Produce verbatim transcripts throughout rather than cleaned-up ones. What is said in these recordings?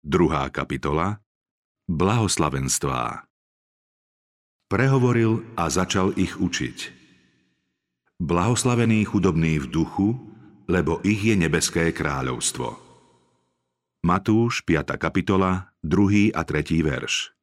Druhá kapitola. Blahoslavenstvá. Prehovoril a začal ich učiť. Blahoslavení chudobní v duchu, lebo ich je nebeské kráľovstvo. Matúš, piata kapitola, druhý a tretí verš.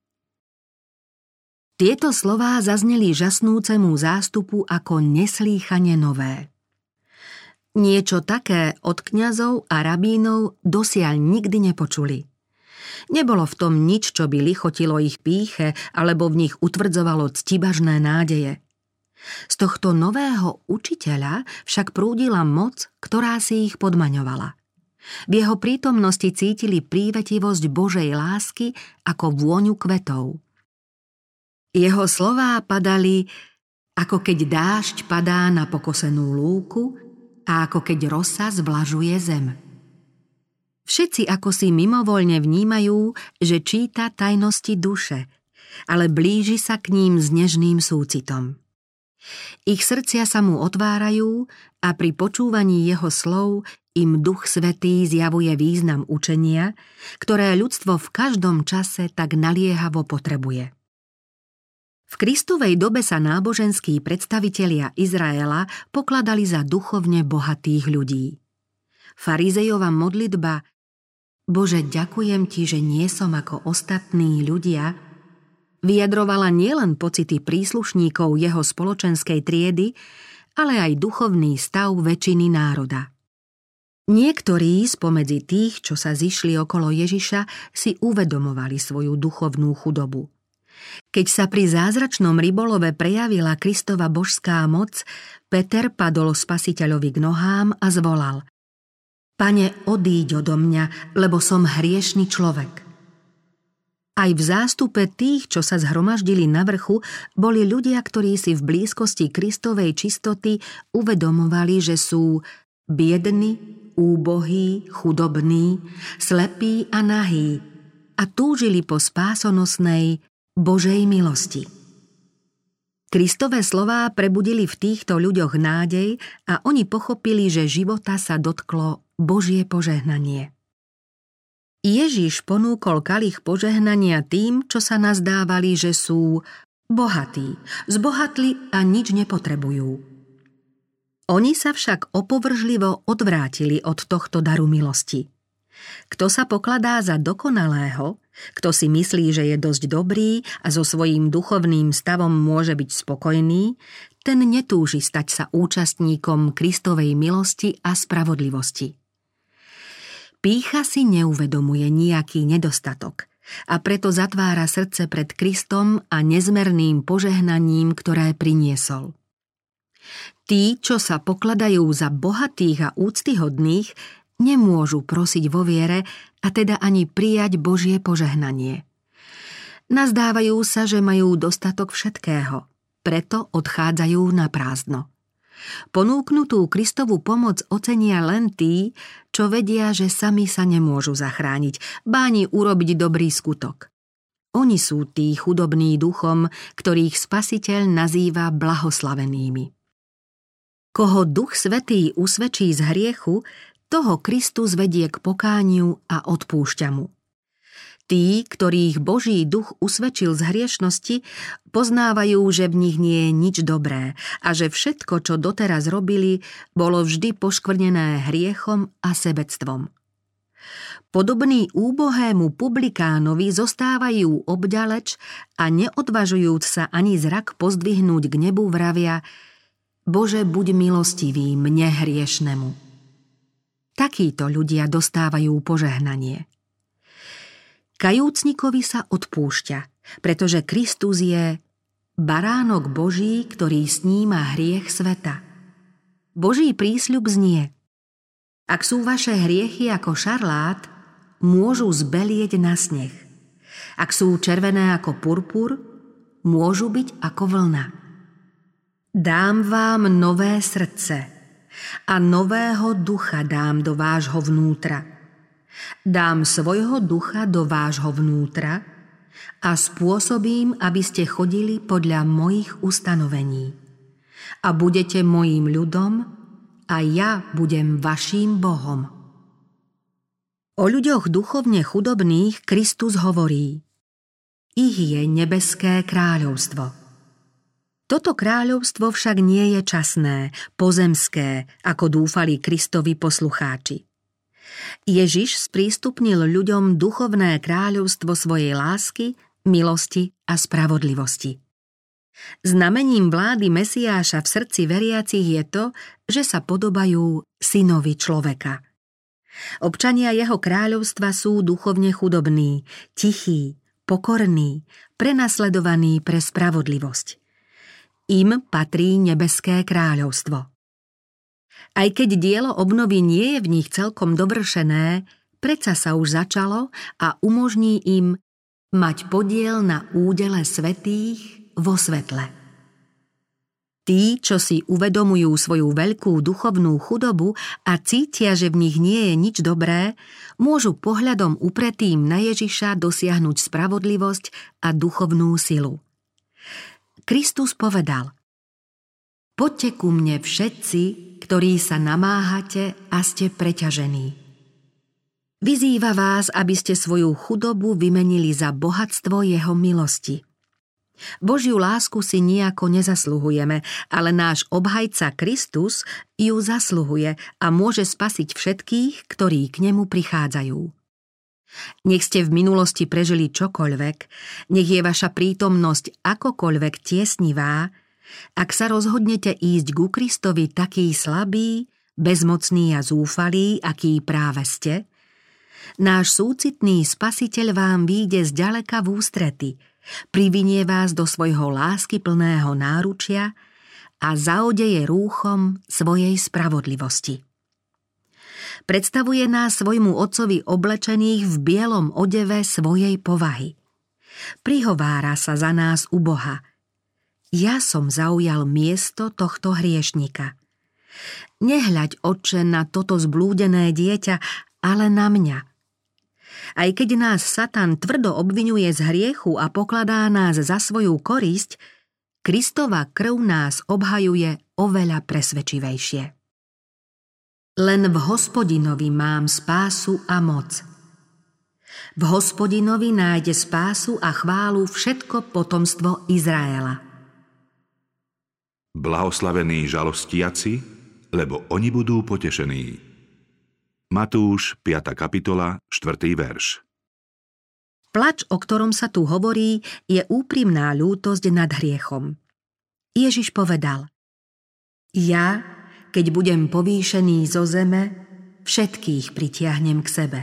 Tieto slová zazneli žasnúcemu zástupu ako neslýchane nové. Niečo také od kňazov a rabínov dosiaľ nikdy nepočuli. Nebolo v tom nič, čo by lichotilo ich pýche alebo v nich utvrdzovalo ctibažné nádeje. Z tohto nového učiteľa však prúdila moc, ktorá si ich podmaňovala. V jeho prítomnosti cítili prívetivosť Božej lásky ako vôňu kvetov. Jeho slová padali, ako keď dážď padá na pokosenú lúku a ako keď rosa zvlažuje zem. Všetci ako si mimovoľne vnímajú, že číta tajnosti duše, ale blíži sa k ním s nežným súcitom. Ich srdcia sa mu otvárajú a pri počúvaní jeho slov im Duch Svätý zjavuje význam učenia, ktoré ľudstvo v každom čase tak naliehavo potrebuje. V Kristovej dobe sa náboženskí predstavitelia Izraela pokladali za duchovne bohatých ľudí. Farizejova modlitba Bože, ďakujem ti, že nie som ako ostatní ľudia, vyjadrovala nielen pocity príslušníkov jeho spoločenskej triedy, ale aj duchovný stav väčšiny národa. Niektorí spomedzi tých, čo sa zišli okolo Ježiša, si uvedomovali svoju duchovnú chudobu. Keď sa pri zázračnom rybolove prejavila Kristova božská moc, Peter padol Spasiteľovi k nohám a zvolal: Pane, odíď odo mňa, lebo som hriešny človek. Aj v zástupe tých, čo sa zhromaždili na vrchu, boli ľudia, ktorí si v blízkosti Kristovej čistoty uvedomovali, že sú biední, úbohí, chudobní, slepí a nahí a túžili po spásonosnej Božej milosti. Kristove slová prebudili v týchto ľuďoch nádej a oni pochopili, že života sa dotklo Božie požehnanie. Ježiš ponúkol kalich požehnania tým, čo sa nazdávali, že sú bohatí, zbohatli a nič nepotrebujú. Oni sa však opovržlivo odvrátili od tohto daru milosti. Kto sa pokladá za dokonalého, kto si myslí, že je dosť dobrý a so svojím duchovným stavom môže byť spokojný, ten netúži stať sa účastníkom Kristovej milosti a spravodlivosti. Pýcha si neuvedomuje nejaký nedostatok a preto zatvára srdce pred Kristom a nezmerným požehnaním, ktoré priniesol. Tí, čo sa pokladajú za bohatých a úctyhodných, nemôžu prosiť vo viere a teda ani prijať Božie požehnanie. Nazdávajú sa, že majú dostatok všetkého, preto odchádzajú na prázdno. Ponúknutú Kristovú pomoc ocenia len tí, čo vedia, že sami sa nemôžu zachrániť, báni urobiť dobrý skutok. Oni sú tí chudobní duchom, ktorých Spasiteľ nazýva blahoslavenými. Koho Duch Svätý usvedčí z hriechu, toho Kristus vedie k pokániu a odpúšťa mu. Tí, ktorých Boží duch usvedčil z hriešnosti, poznávajú, že v nich nie je nič dobré a že všetko, čo doteraz robili, bolo vždy poškvrnené hriechom a sebectvom. Podobní úbohému publikánovi zostávajú obďaleč a neodvažujúc sa ani zrak pozdvihnúť k nebu vravia: Bože, buď milostivý mne hriešnemu. Takíto ľudia dostávajú požehnanie. Kajúcnikovi sa odpúšťa, pretože Kristus je baránok Boží, ktorý sníma hriech sveta. Boží prísľub znie: Ak sú vaše hriechy ako šarlát, môžu zbelieť na sneh. Ak sú červené ako purpur, môžu byť ako vlna. Dám vám nové srdce a nového ducha dám do vášho vnútra. Dám svojho ducha do vášho vnútra a spôsobím, aby ste chodili podľa mojich ustanovení. A budete mojím ľudom a ja budem vaším Bohom. O ľuďoch duchovne chudobných Kristus hovorí: Ich je nebeské kráľovstvo. Toto kráľovstvo však nie je časné, pozemské, ako dúfali Kristovi poslucháči. Ježiš sprístupnil ľuďom duchovné kráľovstvo svojej lásky, milosti a spravodlivosti. Znamením vlády Mesiáša v srdci veriacich je to, že sa podobajú synovi človeka. Občania jeho kráľovstva sú duchovne chudobní, tichí, pokorní, prenasledovaní pre spravodlivosť. Im patrí nebeské kráľovstvo. Aj keď dielo obnovy nie je v nich celkom dovršené, predsa sa už začalo a umožní im mať podiel na údele svätých vo svetle. Tí, čo si uvedomujú svoju veľkú duchovnú chudobu a cítia, že v nich nie je nič dobré, môžu pohľadom upretým na Ježiša dosiahnuť spravodlivosť a duchovnú silu. Kristus povedal: Poďte ku mne všetci, ktorí sa namáhate a ste preťažení. Vyzýva vás, aby ste svoju chudobu vymenili za bohatstvo jeho milosti. Božiu lásku si nijako nezasluhujeme, ale náš obhajca Kristus ju zasluhuje a môže spasiť všetkých, ktorí k nemu prichádzajú. Nech ste v minulosti prežili čokoľvek, nech je vaša prítomnosť akokoľvek tiesnivá, ak sa rozhodnete ísť ku Kristovi taký slabý, bezmocný a zúfalý, aký práve ste, náš súcitný Spasiteľ vám vyjde zďaleka v ústrety, privinie vás do svojho láskyplného náručia a zaodeje rúchom svojej spravodlivosti. Predstavuje nás svojmu otcovi oblečených v bielom odeve svojej povahy. Prihovára sa za nás u Boha. Ja som zaujal miesto tohto hriešnika. Nehľaď, Otče, na toto zblúdené dieťa, ale na mňa. Aj keď nás Satan tvrdo obviňuje z hriechu a pokladá nás za svoju korisť, Kristova krv nás obhajuje oveľa presvedčivejšie. Len v Hospodinovi mám spásu a moc. V Hospodinovi nájde spásu a chválu všetko potomstvo Izraela. Blahoslavení žalostiaci, lebo oni budú potešení. Matúš, piata kapitola, štvrtý verš. Plač, o ktorom sa tu hovorí, je úprimná ľútosť nad hriechom. Ježiš povedal: Ja, keď budem povýšený zo zeme, všetkých pritiahnem k sebe.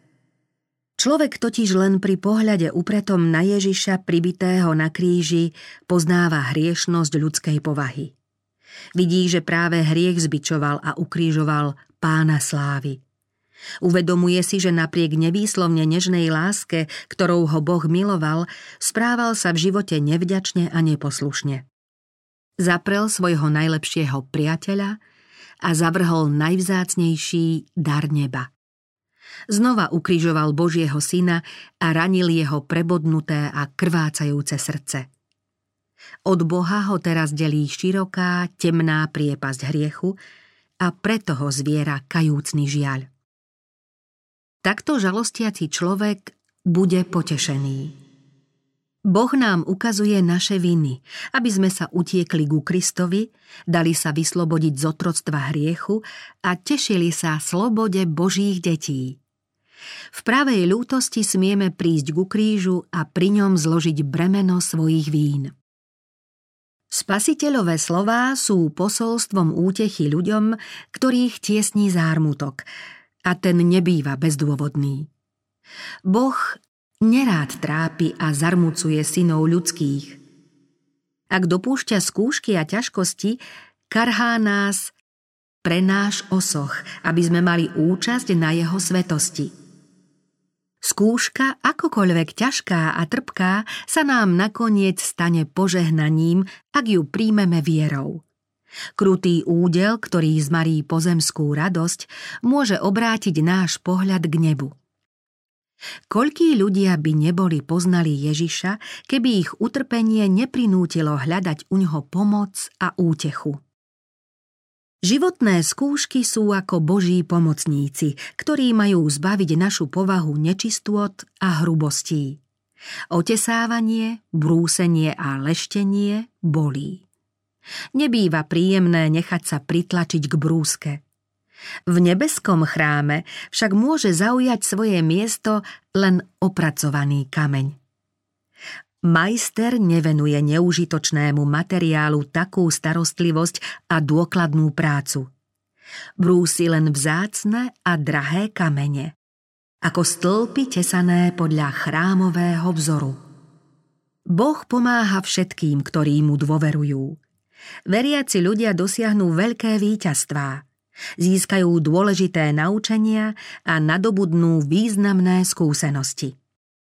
Človek totiž len pri pohľade upretom na Ježiša pribitého na kríži poznáva hriešnosť ľudskej povahy. Vidí, že práve hriech zbičoval a ukrižoval Pána slávy. Uvedomuje si, že napriek nevýslovne nežnej láske, ktorou ho Boh miloval, správal sa v živote nevďačne a neposlušne. Zaprel svojho najlepšieho priateľa a zavrhol najvzácnejší dar neba. Znova ukrižoval Božieho syna a ranil jeho prebodnuté a krvácajúce srdce. Od Boha ho teraz delí široká, temná priepasť hriechu a preto ho zviera kajúcny žiaľ. Takto žalostiaci človek bude potešený. Boh nám ukazuje naše viny, aby sme sa utiekli ku Kristovi, dali sa vyslobodiť z otroctva hriechu a tešili sa slobode Božích detí. V pravej ľútosti smieme prísť ku krížu a pri ňom zložiť bremeno svojich vín. Spasiteľové slová sú posolstvom útechy ľuďom, ktorých tiesní zármutok, a ten nebýva bezdôvodný. Boh nerád trápi a zarmucuje synov ľudských. Ak dopúšťa skúšky a ťažkosti, karhá nás pre náš osoch, aby sme mali účasť na jeho svetosti. Skúška, akokoľvek ťažká a trpká, sa nám nakoniec stane požehnaním, ak ju príjmeme vierou. Krutý údel, ktorý zmarí pozemskú radosť, môže obrátiť náš pohľad k nebu. Koľkí ľudia by neboli poznali Ježiša, keby ich utrpenie neprinútilo hľadať uňho pomoc a útechu. Životné skúšky sú ako Boží pomocníci, ktorí majú zbaviť našu povahu nečistôt a hrubostí. Otesávanie, brúsenie a leštenie bolí. Nebýva príjemné nechať sa pritlačiť k brúske. V nebeskom chráme však môže zaujať svoje miesto len opracovaný kameň. Majster nevenuje neužitočnému materiálu takú starostlivosť a dôkladnú prácu. Brúsi len vzácne a drahé kamene, ako stĺpy tesané podľa chrámového vzoru. Boh pomáha všetkým, ktorí mu dôverujú. Veriaci ľudia dosiahnu veľké víťazstvá, získajú dôležité naučenia a nadobudnú významné skúsenosti.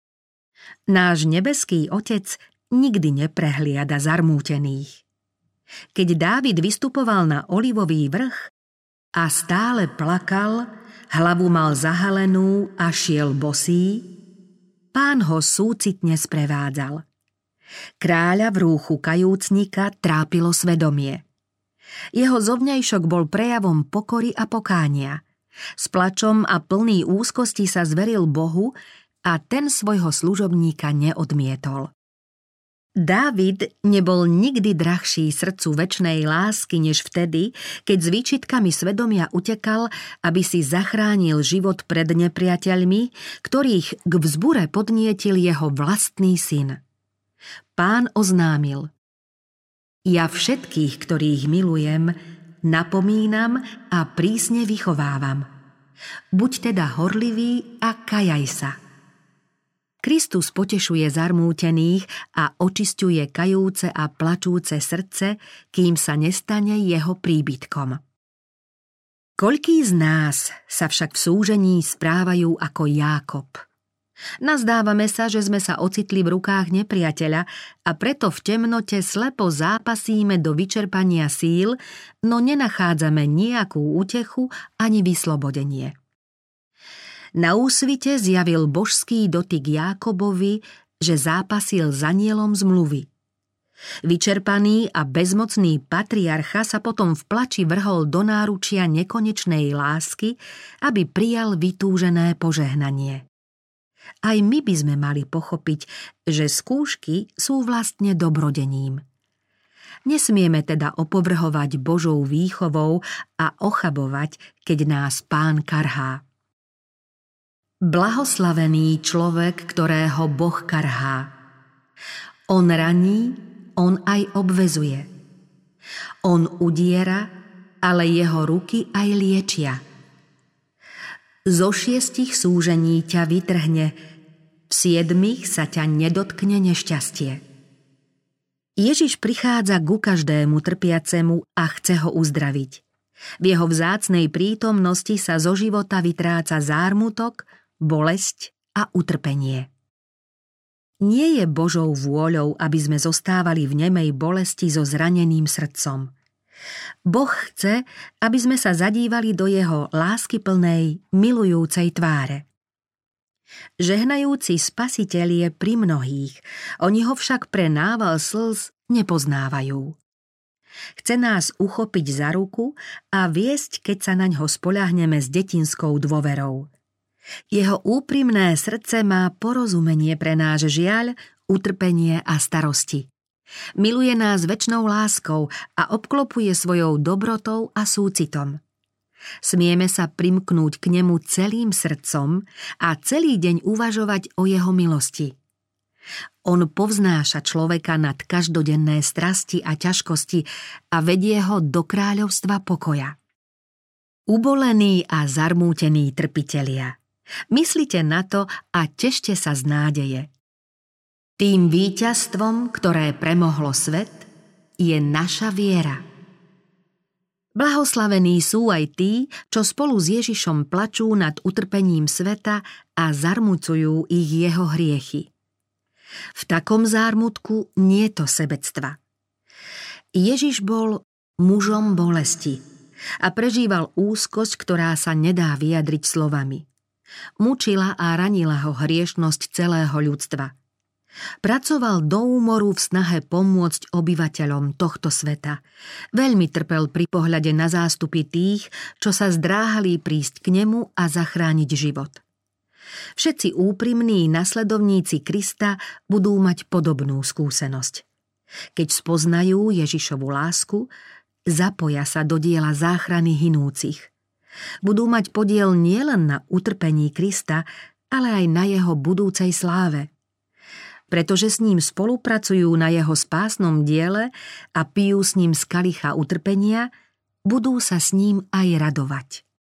Náš nebeský Otec nikdy neprehliada zarmútených. Keď Dávid vystupoval na olivový vrch a stále plakal, hlavu mal zahalenú a šiel bosý, Pán ho súcitne sprevádzal. Kráľa v rúchu kajúcnika trápilo svedomie. Jeho zovňajšok bol prejavom pokory a pokánia. S plačom a plný úzkosti sa zveril Bohu a ten svojho služobníka neodmietol. Dávid nebol nikdy drahší srdcu večnej lásky než vtedy, keď s výčitkami svedomia utekal, aby si zachránil život pred nepriateľmi, ktorých k vzbure podnietil jeho vlastný syn. Pán oznámil: Ja všetkých, ktorých milujem, napomínam a prísne vychovávam. Buď teda horlivý a kajaj sa. Kristus potešuje zarmútených a očisťuje kajúce a plačúce srdce, kým sa nestane jeho príbytkom. Koľký z nás sa však v súžení správajú ako Jákob? Nazdávame sa, že sme sa ocitli v rukách nepriateľa a preto v temnote slepo zápasíme do vyčerpania síl, no nenachádzame nejakú útechu ani vyslobodenie. Na úsvite zjavil božský dotyk Jákobovi, že zápasil s anielom zmluvy. Vyčerpaný a bezmocný patriarcha sa potom v plači vrhol do náručia nekonečnej lásky, aby prijal vytúžené požehnanie. Aj my by sme mali pochopiť, že skúšky sú vlastne dobrodením. Nesmieme teda opovrhovať Božou výchovou a ochabovať, keď nás Pán karhá. Blahoslavený človek, ktorého Boh karhá. On raní, on aj obvezuje. On udiera, ale jeho ruky aj liečia. Zo šiestich súžení ťa vytrhne, v siedmich sa ťa nedotkne nešťastie. Ježiš prichádza ku každému trpiacemu a chce ho uzdraviť. V jeho vzácnej prítomnosti sa zo života vytráca zármutok, bolesť a utrpenie. Nie je Božou vôľou, aby sme zostávali v nemej bolesti so zraneným srdcom. Boh chce, aby sme sa zadívali do jeho láskyplnej, milujúcej tváre. Žehnajúci Spasiteľ je pri mnohých, oni ho však pre nával slz nepoznávajú. Chce nás uchopiť za ruku a viesť, keď sa naňho spoľahneme s detinskou dôverou. Jeho úprimné srdce má porozumenie pre náš žiaľ, utrpenie a starosti. Miluje nás večnou láskou a obklopuje svojou dobrotou a súcitom. Smieme sa primknúť k nemu celým srdcom a celý deň uvažovať o jeho milosti. On povznáša človeka nad každodenné strasti a ťažkosti a vedie ho do kráľovstva pokoja. Ubolení a zarmútení trpitelia, myslite na to a tešte sa z nádeje. Tým víťazstvom, ktoré premohlo svet, je naša viera. Blahoslavení sú aj tí, čo spolu s Ježišom plačú nad utrpením sveta a zarmucujú ich jeho hriechy. V takom zármutku nie to sebectva. Ježiš bol mužom bolesti a prežíval úzkosť, ktorá sa nedá vyjadriť slovami. Mučila a ranila ho hriešnosť celého ľudstva. Pracoval do úmoru v snahe pomôcť obyvateľom tohto sveta. Veľmi trpel pri pohľade na zástupy tých, čo sa zdráhali prísť k nemu a zachrániť život. Všetci úprimní nasledovníci Krista budú mať podobnú skúsenosť. Keď spoznajú Ježišovu lásku, zapoja sa do diela záchrany hinúcich. Budú mať podiel nielen na utrpení Krista, ale aj na jeho budúcej sláve. Pretože s ním spolupracujú na jeho spásnom diele a pijú s ním z kalicha utrpenia, budú sa s ním aj radovať.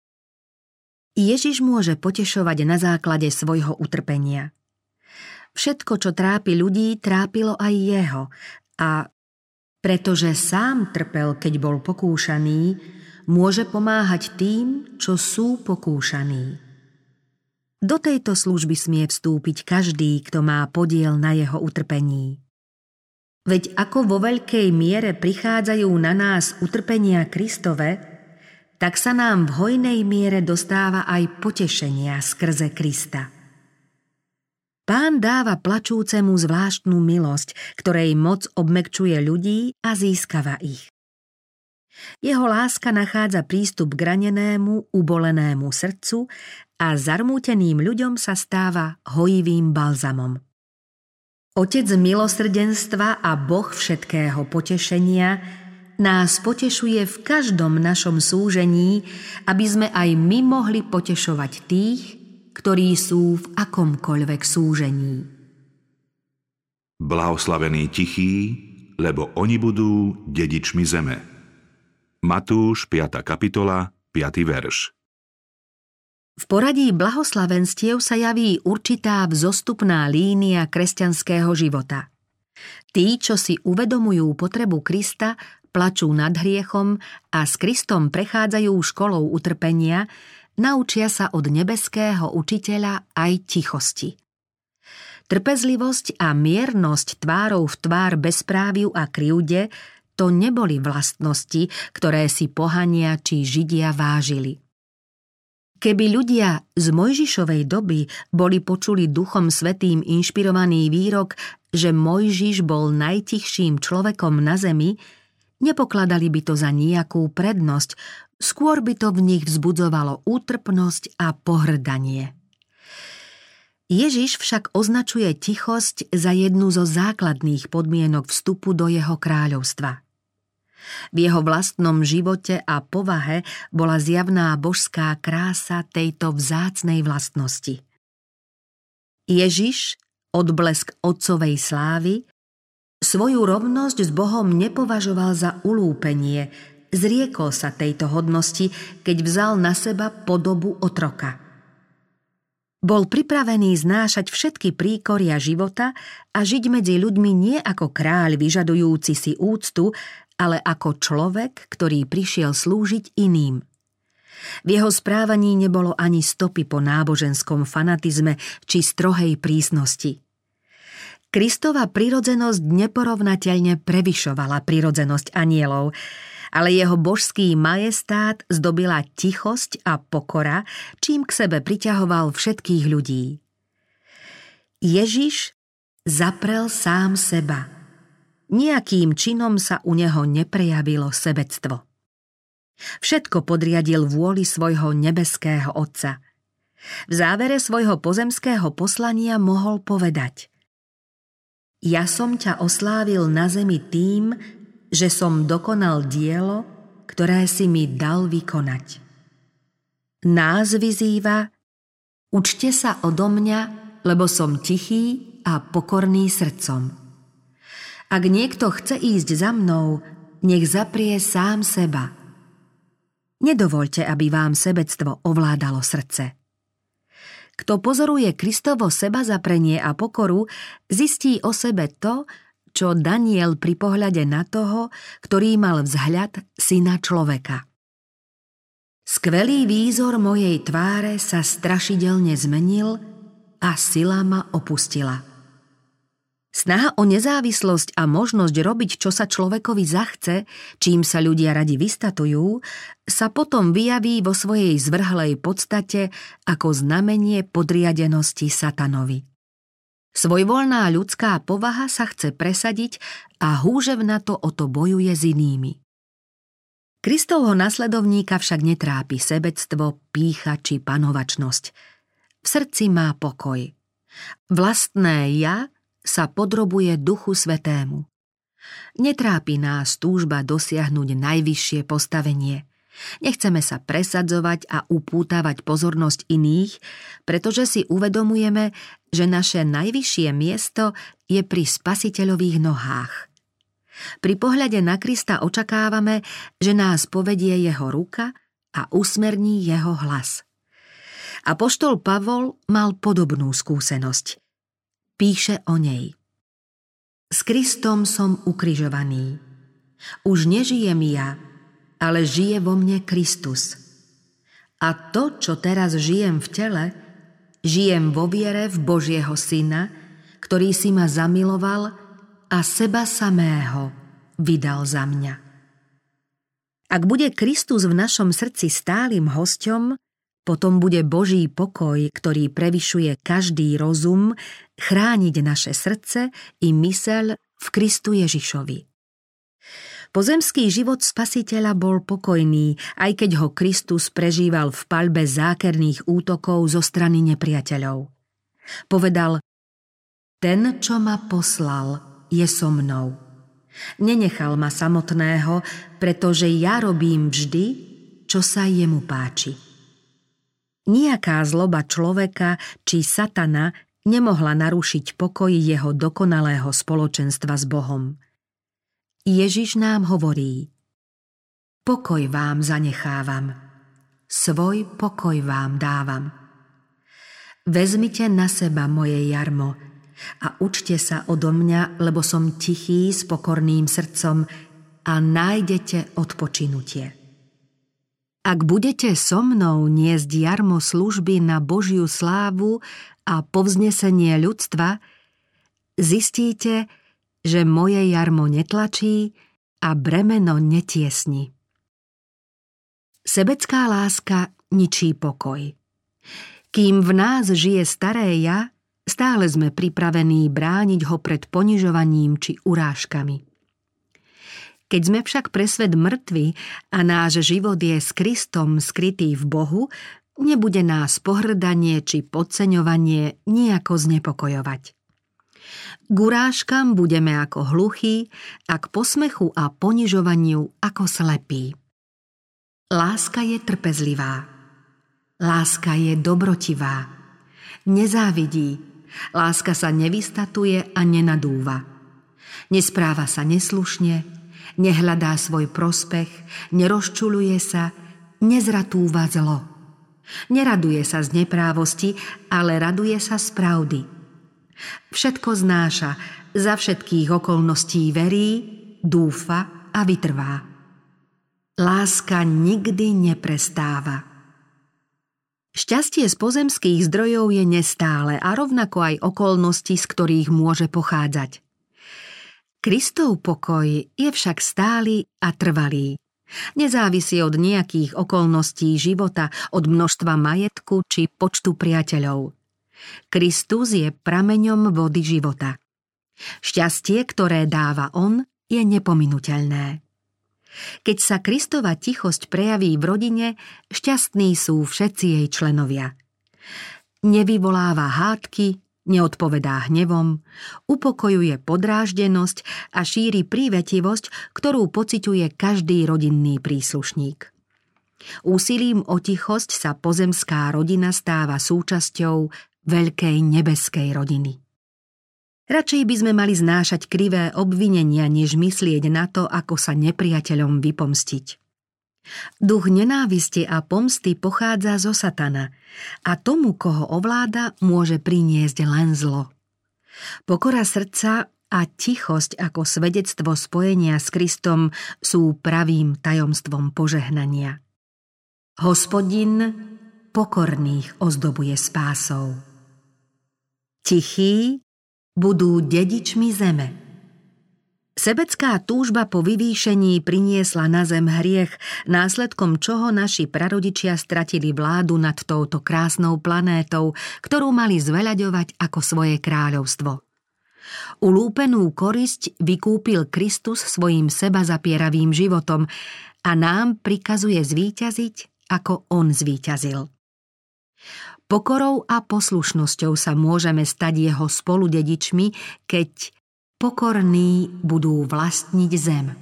Ježiš môže potešovať na základe svojho utrpenia. Všetko, čo trápi ľudí, trápilo aj jeho a pretože sám trpel, keď bol pokúšaný, môže pomáhať tým, čo sú pokúšaní. Do tejto služby smie vstúpiť každý, kto má podiel na jeho utrpení. Veď ako vo veľkej miere prichádzajú na nás utrpenia Kristove, tak sa nám v hojnej miere dostáva aj potešenia skrze Krista. Pán dáva plačúcemu zvláštnu milosť, ktorej moc obmekčuje ľudí a získava ich. Jeho láska nachádza prístup k ranenému, ubolenému srdcu a zarmúteným ľuďom sa stáva hojivým balzamom. Otec milosrdenstva a Boh všetkého potešenia nás potešuje v každom našom súžení, aby sme aj my mohli potešovať tých, ktorí sú v akomkoľvek súžení. Blahoslavení tichí, lebo oni budú dedičmi zeme. Matúš, piata kapitola, piaty verš. V poradí blahoslavenstiev sa javí určitá vzostupná línia kresťanského života. Tí, čo si uvedomujú potrebu Krista, plačú nad hriechom a s Kristom prechádzajú školou utrpenia, naučia sa od nebeského učiteľa aj tichosti. Trpezlivosť a miernosť tvárou v tvár bezpráviu a krivde to neboli vlastnosti, ktoré si pohania či Židia vážili. Keby ľudia z Mojžišovej doby boli počuli Duchom Svätým inšpirovaný výrok, že Mojžiš bol najtichším človekom na zemi, nepokladali by to za nejakú prednosť, skôr by to v nich vzbudzovalo útrpnosť a pohŕdanie. Ježiš však označuje tichosť za jednu zo základných podmienok vstupu do jeho kráľovstva. V jeho vlastnom živote a povahe bola zjavná božská krása tejto vzácnej vlastnosti. Ježiš, odblesk otcovej slávy, svoju rovnosť s Bohom nepovažoval za ulúpenie, zriekol sa tejto hodnosti, keď vzal na seba podobu otroka. Bol pripravený znášať všetky príkoria života a žiť medzi ľuďmi nie ako kráľ vyžadujúci si úctu, ale ako človek, ktorý prišiel slúžiť iným. V jeho správaní nebolo ani stopy po náboženskom fanatizme či strohej prísnosti. Kristova prirodzenosť neporovnateľne prevyšovala prirodzenosť anielov, ale jeho božský majestát zdobila tichosť a pokora, čím k sebe priťahoval všetkých ľudí. Ježiš zaprel sám seba. Nijakým činom sa u neho neprejavilo sebectvo. Všetko podriadil vôli svojho nebeského Otca. V závere svojho pozemského poslania mohol povedať: Ja som ťa oslávil na zemi tým, že som dokonal dielo, ktoré si mi dal vykonať. Nás vyzýva: Učte sa odo mňa, lebo som tichý a pokorný srdcom. Ak niekto chce ísť za mnou, nech zaprie sám seba. Nedovoľte, aby vám sebectvo ovládalo srdce. Kto pozoruje Kristovo sebazaprenie a pokoru, zistí o sebe to, čo Daniel pri pohľade na toho, ktorý mal vzhľad syna človeka. Skvelý výzor mojej tváre sa strašidelne zmenil a sila ma opustila. Snaha o nezávislosť a možnosť robiť, čo sa človekovi zachce, čím sa ľudia radi vystatujú, sa potom vyjaví vo svojej zvrhlej podstate ako znamenie podriadenosti satanovi. Svojvoľná ľudská povaha sa chce presadiť a húževnato o to bojuje s inými. Kristovho nasledovníka však netrápi sebectvo, pýcha či panovačnosť. V srdci má pokoj. Vlastné ja sa podrobuje Duchu Svätému. Netrápi nás túžba dosiahnuť najvyššie postavenie. Nechceme sa presadzovať a upútavať pozornosť iných, pretože si uvedomujeme, že naše najvyššie miesto je pri Spasiteľových nohách. Pri pohľade na Krista očakávame, že nás povedie jeho ruka a usmerní jeho hlas. Apoštol Pavol mal podobnú skúsenosť. Píše o nej. S Kristom som ukrižovaný. Už nežijem ja, ale žije vo mne Kristus. A to, čo teraz žijem v tele, žijem vo viere v Božieho Syna, ktorý si ma zamiloval a seba samého vydal za mňa. Ak bude Kristus v našom srdci stálym hosťom, potom bude Boží pokoj, ktorý prevyšuje každý rozum, chrániť naše srdce i myseľ v Kristu Ježišovi. Pozemský život Spasiteľa bol pokojný, aj keď ho Kristus prežíval v paľbe zákerných útokov zo strany nepriateľov. Povedal: Ten, čo ma poslal, je so mnou. Nenechal ma samotného, pretože ja robím vždy, čo sa jemu páči. Nijaká zloba človeka či satana nemohla narušiť pokoj jeho dokonalého spoločenstva s Bohom. Ježiš nám hovorí: Pokoj vám zanechávam, svoj pokoj vám dávam. Vezmite na seba moje jarmo a učte sa odo mňa, lebo som tichý s pokorným srdcom a nájdete odpočinutie. Ak budete so mnou niesť jarmo služby na Božiu slávu a povznesenie ľudstva, zistíte, že moje jarmo netlačí a bremeno netiesni. Sebecká láska ničí pokoj. Kým v nás žije staré ja, stále sme pripravení brániť ho pred ponižovaním či urážkami. Keď sme však pre svet mŕtvi a náš život je s Kristom skrytý v Bohu, nebude nás pohrdanie či podceňovanie nijako znepokojovať. K urážkam budeme ako hluchí a k posmechu a ponižovaniu ako slepí. Láska je trpezlivá. Láska je dobrotivá. Nezávidí. Láska sa nevystatuje a nenadúva. Nespráva sa neslušne, nehľadá svoj prospech, nerozčuľuje sa, nezratúva zlo. Neraduje sa z neprávosti, ale raduje sa z pravdy. Všetko znáša, za všetkých okolností verí, dúfa a vytrvá. Láska nikdy neprestáva. Šťastie z pozemských zdrojov je nestále a rovnako aj okolnosti, z ktorých môže pochádzať. Kristov pokoj je však stály a trvalý. Nezávisí od nejakých okolností života, od množstva majetku či počtu priateľov. Kristus je prameňom vody života. Šťastie, ktoré dáva on, je nepominuteľné. Keď sa Kristova tichosť prejaví v rodine, šťastní sú všetci jej členovia. Nevyvoláva hádky, neodpovedá hnevom, upokojuje podráždenosť a šíri prívetivosť, ktorú pociťuje každý rodinný príslušník. Úsilím o tichosť sa pozemská rodina stáva súčasťou veľkej nebeskej rodiny. Radšej by sme mali znášať krivé obvinenia, než myslieť na to, ako sa nepriateľom vypomstiť. Duch nenávisti a pomsty pochádza zo satana a tomu, koho ovláda, môže priniesť len zlo. Pokora srdca a tichosť ako svedectvo spojenia s Kristom sú pravým tajomstvom požehnania. Hospodin pokorných ozdobuje spásou. Tichí budú dedičmi zeme. Sebecká túžba po vyvýšení priniesla na zem hriech, následkom čoho naši prarodičia stratili vládu nad touto krásnou planétou, ktorú mali zveľaďovať ako svoje kráľovstvo. Ulúpenú korisť vykúpil Kristus svojím sebazapieravým životom a nám prikazuje zvíťaziť, ako on zvíťazil. Pokorou a poslušnosťou sa môžeme stať jeho spoludedičmi, keď pokorní budú vlastniť zem.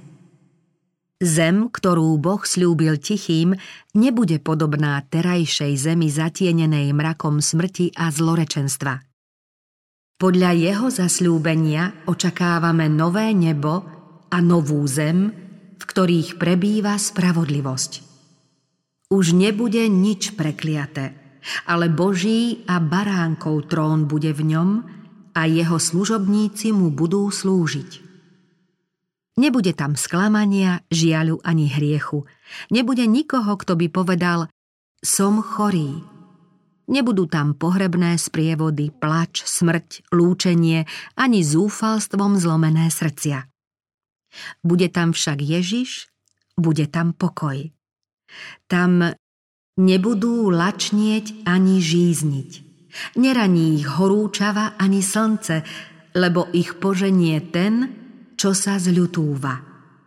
Zem, ktorú Boh sľúbil tichým, nebude podobná terajšej zemi zatienenej mrakom smrti a zlorečenstva. Podľa jeho zasľúbenia očakávame nové nebo a novú zem, v ktorých prebýva spravodlivosť. Už nebude nič prekliaté, ale Boží a baránkov trón bude v ňom a jeho služobníci mu budú slúžiť. Nebude tam sklamania, žiaľu ani hriechu. Nebude nikoho, kto by povedal: som chorý. Nebudú tam pohrebné sprievody, plač, smrť, lúčenie ani zúfalstvom zlomené srdcia. Bude tam však Ježiš, bude tam pokoj. Tam nebudú lačnieť ani žízniť. Neraní ich horúčava ani slnce, lebo ich poženie ten, čo sa zľutúva.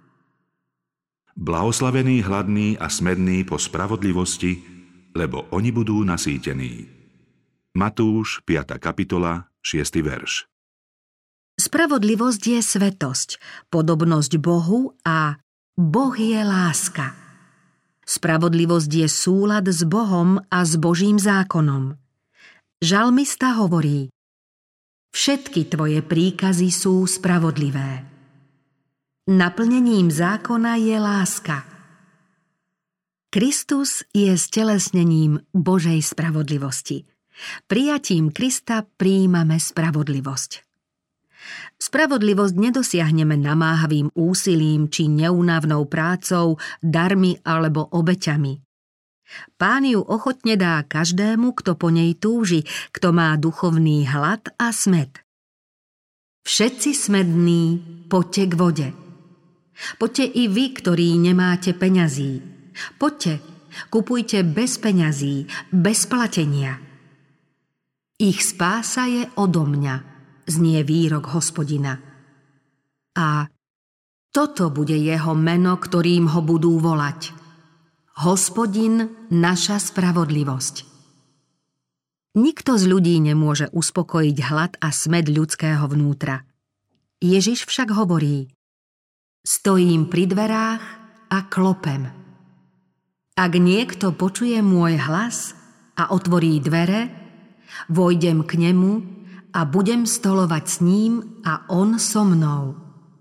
Blahoslavení hladní a smední po spravodlivosti, lebo oni budú nasýtení. Matúš, piata kapitola, šiesty verš. Spravodlivosť je svetosť, podobnosť Bohu a Boh je láska. Spravodlivosť je súlad s Bohom a s Božím zákonom. Žalmista hovorí: všetky tvoje príkazy sú spravodlivé. Naplnením zákona je láska. Kristus je stelesnením Božej spravodlivosti. Prijatím Krista prijímame spravodlivosť. Spravodlivosť nedosiahneme namáhavým úsilím či neúnavnou prácou, darmi alebo obeťami. Pán ju ochotne dá každému, kto po nej túži, kto má duchovný hlad a smäd. Všetci smední, poďte k vode. Poďte i vy, ktorí nemáte peňazí. Poďte, kupujte bez peňazí, bez platenia. Ich spása je odo mňa, znie výrok Hospodina. A toto bude jeho meno, ktorým ho budú volať: Hospodin, naša spravodlivosť. Nikto z ľudí nemôže uspokojiť hlad a smäd ľudského vnútra. Ježiš však hovorí: stojím pri dverách a klopem. Ak niekto počuje môj hlas a otvorí dvere, vojdem k nemu a budem stolovať s ním a on so mnou.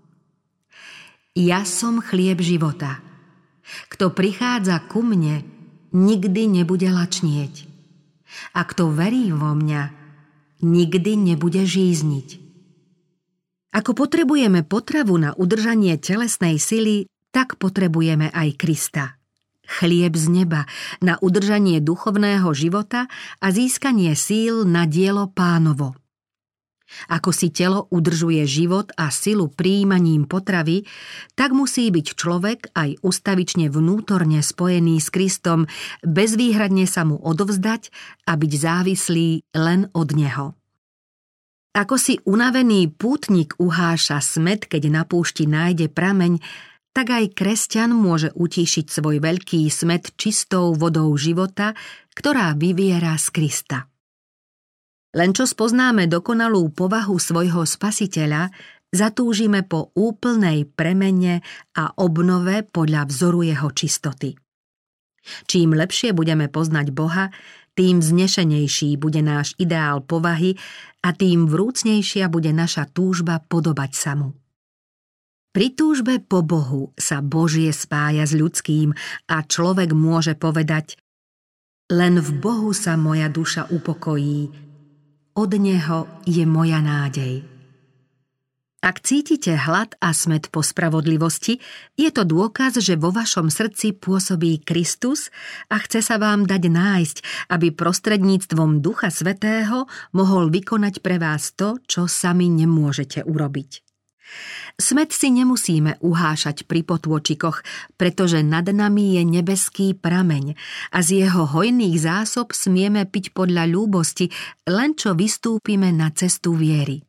Ja som chlieb života. Kto prichádza ku mne, nikdy nebude lačnieť. A kto verí vo mňa, nikdy nebude žízniť. Ako potrebujeme potravu na udržanie telesnej sily, tak potrebujeme aj Krista. Chlieb z neba na udržanie duchovného života a získanie síl na dielo Pánovo. Ako si telo udržuje život a silu prijímaním potravy, tak musí byť človek aj ustavične vnútorne spojený s Kristom, bezvýhradne sa mu odovzdať a byť závislý len od neho. Ako si unavený pútnik uháša smäd, keď na púšti nájde prameň, tak aj kresťan môže utíšiť svoj veľký smäd čistou vodou života, ktorá vyviera z Krista. Len čo spoznáme dokonalú povahu svojho Spasiteľa, zatúžime po úplnej premene a obnove podľa vzoru jeho čistoty. Čím lepšie budeme poznať Boha, tým vznešenejší bude náš ideál povahy a tým vrúcnejšia bude naša túžba podobať sa mu. Pri túžbe po Bohu sa Božie spája s ľudským a človek môže povedať: len v Bohu sa moja duša upokojí, od Neho je moja nádej. Ak cítite hlad a smäd po spravodlivosti, je to dôkaz, že vo vašom srdci pôsobí Kristus a chce sa vám dať nájsť, aby prostredníctvom Ducha Svätého mohol vykonať pre vás to, čo sami nemôžete urobiť. Smäd si nemusíme uhášať pri potôčikoch, pretože nad nami je nebeský prameň a z jeho hojných zásob smieme piť podľa ľúbosti, len čo vystúpime na cestu viery.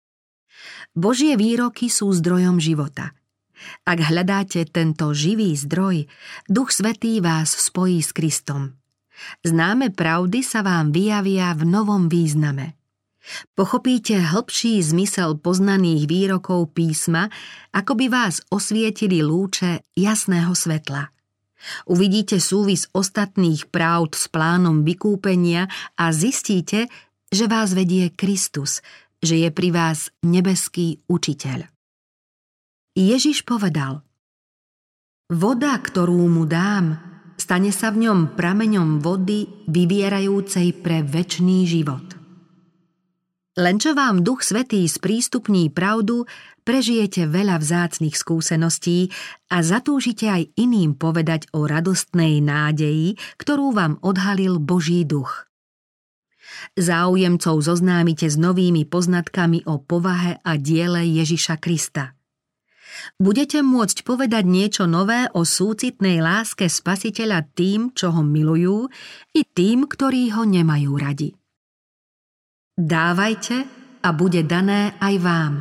Božie výroky sú zdrojom života. Ak hľadáte tento živý zdroj, Duch Svätý vás spojí s Kristom. Známe pravdy sa vám vyjavia v novom význame. Pochopíte hlbší zmysel poznaných výrokov písma, ako by vás osvietili lúče jasného svetla. Uvidíte súvis ostatných pravd s plánom vykúpenia a zistíte, že vás vedie Kristus, že je pri vás nebeský učiteľ. Ježiš povedal: Voda, ktorú mu dám, stane sa v ňom prameňom vody vyvierajúcej pre večný život. Len čo vám Duch Svätý sprístupní pravdu, prežijete veľa vzácnych skúseností a zatúžite aj iným povedať o radostnej nádeji, ktorú vám odhalil Boží duch. Záujemcov zoznámite s novými poznatkami o povahe a diele Ježiša Krista. Budete môcť povedať niečo nové o súcitnej láske Spasiteľa tým, čo ho milujú, i tým, ktorí ho nemajú radi. Dávajte a bude dané aj vám.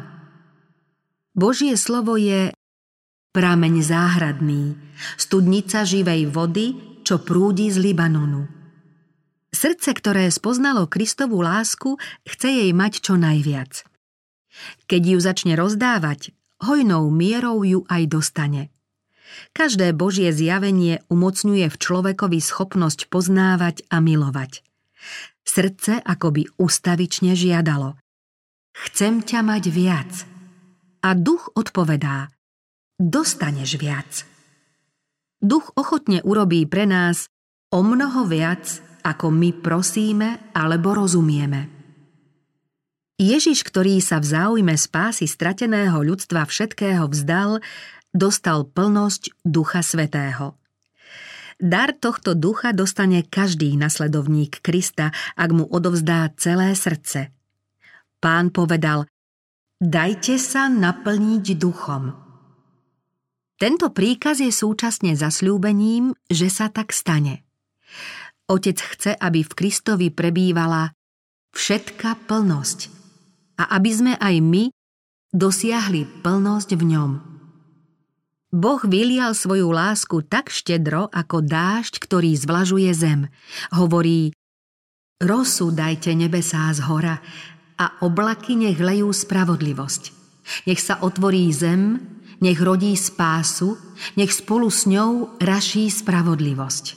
Božie slovo je prameň záhradný, studnica živej vody, čo prúdi z Libanonu. Srdce, ktoré spoznalo Kristovu lásku, chce jej mať čo najviac. Keď ju začne rozdávať, hojnou mierou ju aj dostane. Každé Božie zjavenie umocňuje v človekovi schopnosť poznávať a milovať. Srdce akoby ustavične žiadalo: Chcem ťa mať viac. A duch odpovedá: Dostaneš viac. Duch ochotne urobí pre nás o mnoho viac, ako my prosíme alebo rozumieme. Ježiš, ktorý sa v záujme spásy strateného ľudstva všetkého vzdal, dostal plnosť Ducha Svätého. Dar tohto ducha dostane každý nasledovník Krista, ak mu odovzdá celé srdce. Pán povedal: Dajte sa naplniť duchom. Tento príkaz je súčasne zasľúbením, že sa tak stane. Otec chce, aby v Kristovi prebývala všetka plnosť a aby sme aj my dosiahli plnosť v ňom. Boh vylial svoju lásku tak štedro, ako dážď, ktorý zvlažuje zem. Hovorí: Rosu dajte nebesá zhora a oblaky nech lejú spravodlivosť. Nech sa otvorí zem, nech rodí spásu, nech spolu s ňou raší spravodlivosť.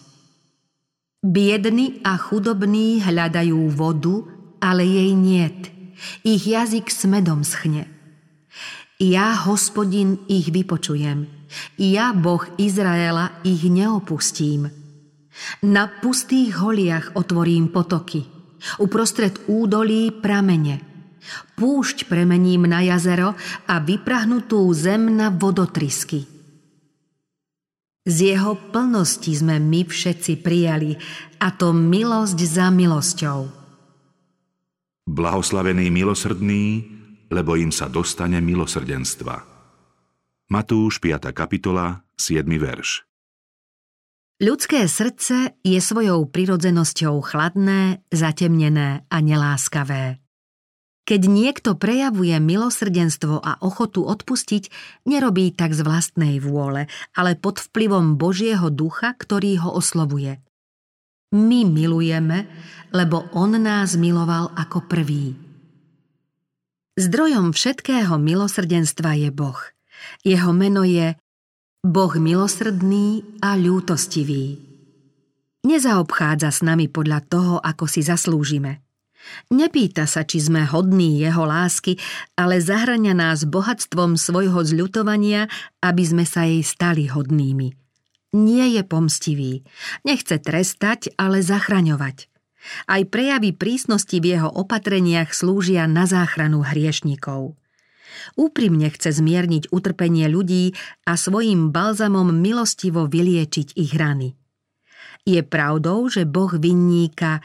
Biedni a chudobní hľadajú vodu, ale jej niet. Ich jazyk smedom schne. Ja, Hospodin, ich vypočujem. Ja, Boh Izraela, ich neopustím. Na pustých holiach otvorím potoky. Uprostred údolí pramene. Púšť premením na jazero a vyprahnutú zem na vodotrysky. Z jeho plnosti sme my všetci prijali, a to milosť za milosťou. Blahoslavení milosrdní, lebo im sa dostane milosrdenstva. Matúš piata kapitola, siedmy verš. Ľudské srdce je svojou prirodzenosťou chladné, zatemnené a neláskavé. Keď niekto prejavuje milosrdenstvo a ochotu odpustiť, nerobí tak z vlastnej vôle, ale pod vplyvom Božieho ducha, ktorý ho oslovuje. My milujeme, lebo on nás miloval ako prvý. Zdrojom všetkého milosrdenstva je Boh. Jeho meno je Boh milosrdný a ľútostivý. Nezaobchádza s nami podľa toho, ako si zaslúžime. Nepýta sa, či sme hodní jeho lásky, ale zahŕňa nás bohatstvom svojho zľutovania, aby sme sa jej stali hodnými. Nie je pomstivý. Nechce trestať, ale zachraňovať. Aj prejavy prísnosti v jeho opatreniach slúžia na záchranu hriešnikov. Úprimne chce zmierniť utrpenie ľudí a svojím balzamom milostivo vyliečiť ich rany. Je pravdou, že Boh vinníka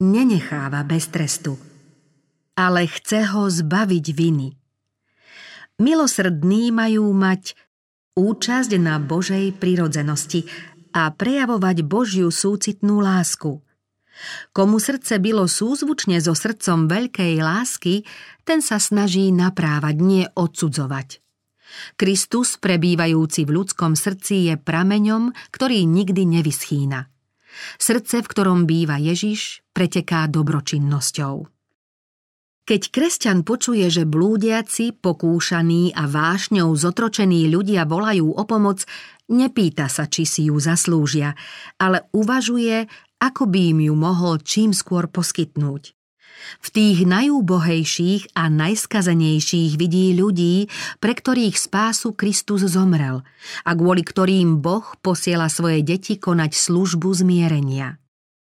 nenecháva bez trestu, ale chce ho zbaviť viny. Milosrdní majú mať účasť na Božej prirodzenosti a prejavovať Božiu súcitnú lásku. Komu srdce bylo súzvučne so srdcom veľkej lásky, ten sa snaží naprávať, nie odsudzovať. Kristus, prebývajúci v ľudskom srdci, je prameňom, ktorý nikdy nevyschýna. Srdce, v ktorom býva Ježiš, preteká dobročinnosťou. Keď kresťan počuje, že blúdiaci, pokúšaní a vášňou zotročení ľudia volajú o pomoc, nepýta sa, či si ju zaslúžia, ale uvažuje, ako by im ju mohol čím skôr poskytnúť. V tých najúbohejších a najskazenejších vidí ľudí, pre ktorých spásu Kristus zomrel a kvôli ktorým Boh posiela svoje deti konať službu zmierenia.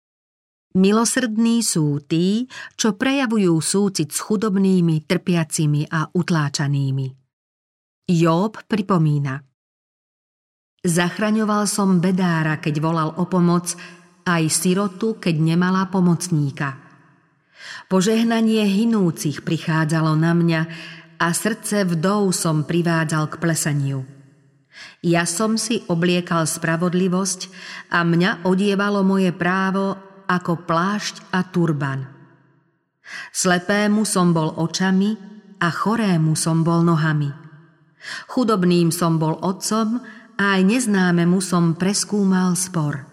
Milosrdní sú tí, čo prejavujú súcit s chudobnými, trpiacimi a utláčanými. Jób pripomína: Zachraňoval som bedára, keď volal o pomoc, aj sirotu, keď nemala pomocníka. Požehnanie hinúcich prichádzalo na mňa a srdce vdov som privádzal k plesaniu. Ja som si obliekal spravodlivosť a mňa odievalo moje právo ako plášť a turban. Slepému som bol očami a chorému som bol nohami. Chudobným som bol otcom a aj neznámemu som preskúmal spor.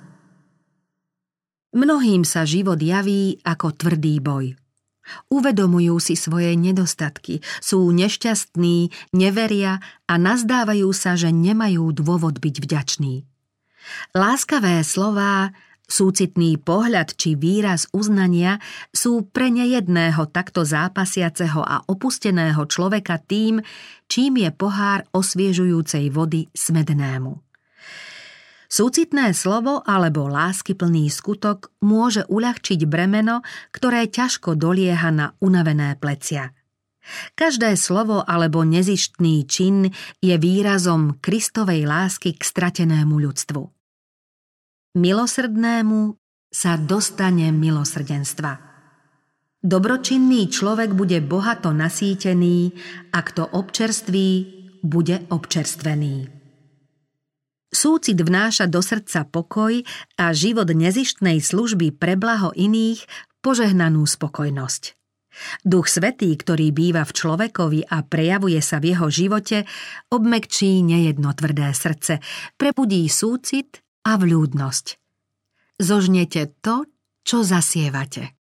Mnohým sa život javí ako tvrdý boj. Uvedomujú si svoje nedostatky, sú nešťastní, neveria a nazdávajú sa, že nemajú dôvod byť vďační. Láskavé slová, súcitný pohľad či výraz uznania sú pre nejedného takto zápasiaceho a opusteného človeka tým, čím je pohár osviežujúcej vody smednému. Súcitné slovo alebo láskyplný skutok môže uľahčiť bremeno, ktoré ťažko dolieha na unavené plecia. Každé slovo alebo nezištný čin je výrazom Kristovej lásky k stratenému ľudstvu. Milosrdnému sa dostane milosrdenstva. Dobročinný človek bude bohato nasýtený, a kto občerství, bude občerstvený. Súcit vnáša do srdca pokoj a život nezištnej služby pre blaho iných požehnanú spokojnosť. Duch Svätý, ktorý býva v človekovi a prejavuje sa v jeho živote, obmekčí nejedno tvrdé srdce, prebudí súcit a vľúdnosť. Zožnete to, čo zasievate.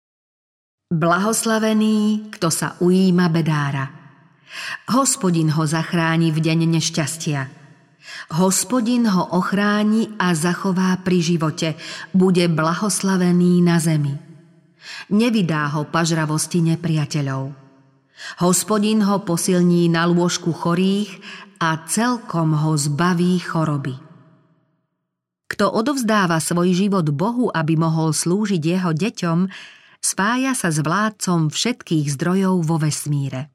Blahoslavený, kto sa ujíma bedára. Hospodin ho zachráni v deň nešťastia. Hospodin ho ochráni a zachová pri živote, bude blahoslavený na zemi. Nevydá ho pažravosti nepriateľov. Hospodin ho posilní na lôžku chorých a celkom ho zbaví choroby. Kto odovzdáva svoj život Bohu, aby mohol slúžiť jeho deťom, spája sa s vládcom všetkých zdrojov vo vesmíre.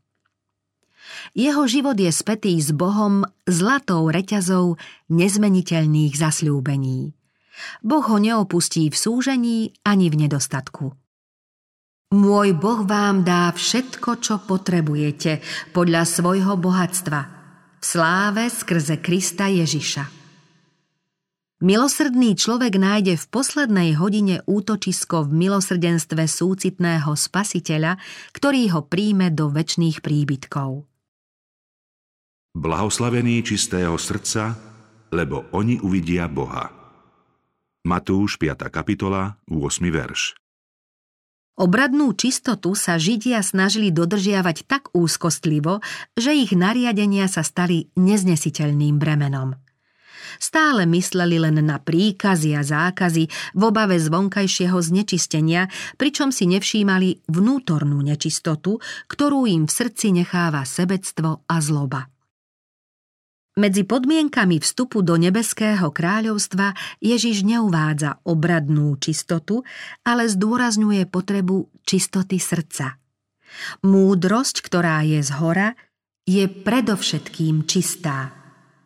Jeho život je spätý s Bohom zlatou reťazou nezmeniteľných zasľúbení. Boh ho neopustí v súžení ani v nedostatku. Môj Boh vám dá všetko, čo potrebujete, podľa svojho bohatstva, v sláve skrze Krista Ježiša. Milosrdný človek nájde v poslednej hodine útočisko v milosrdenstve súcitného Spasiteľa, ktorý ho príjme do večných príbytkov. Blahoslavení čistého srdca, lebo oni uvidia Boha. Matúš piata kapitola, ôsmy verš. Obradnú čistotu sa Židia snažili dodržiavať tak úzkostlivo, že ich nariadenia sa stali neznesiteľným bremenom. Stále mysleli len na príkazy a zákazy v obave z vonkajšieho znečistenia, pričom si nevšímali vnútornú nečistotu, ktorú im v srdci necháva sebectvo a zloba. Medzi podmienkami vstupu do nebeského kráľovstva Ježiš neuvádza obradnú čistotu, ale zdôrazňuje potrebu čistoty srdca. Múdrosť, ktorá je zhora, je predovšetkým čistá.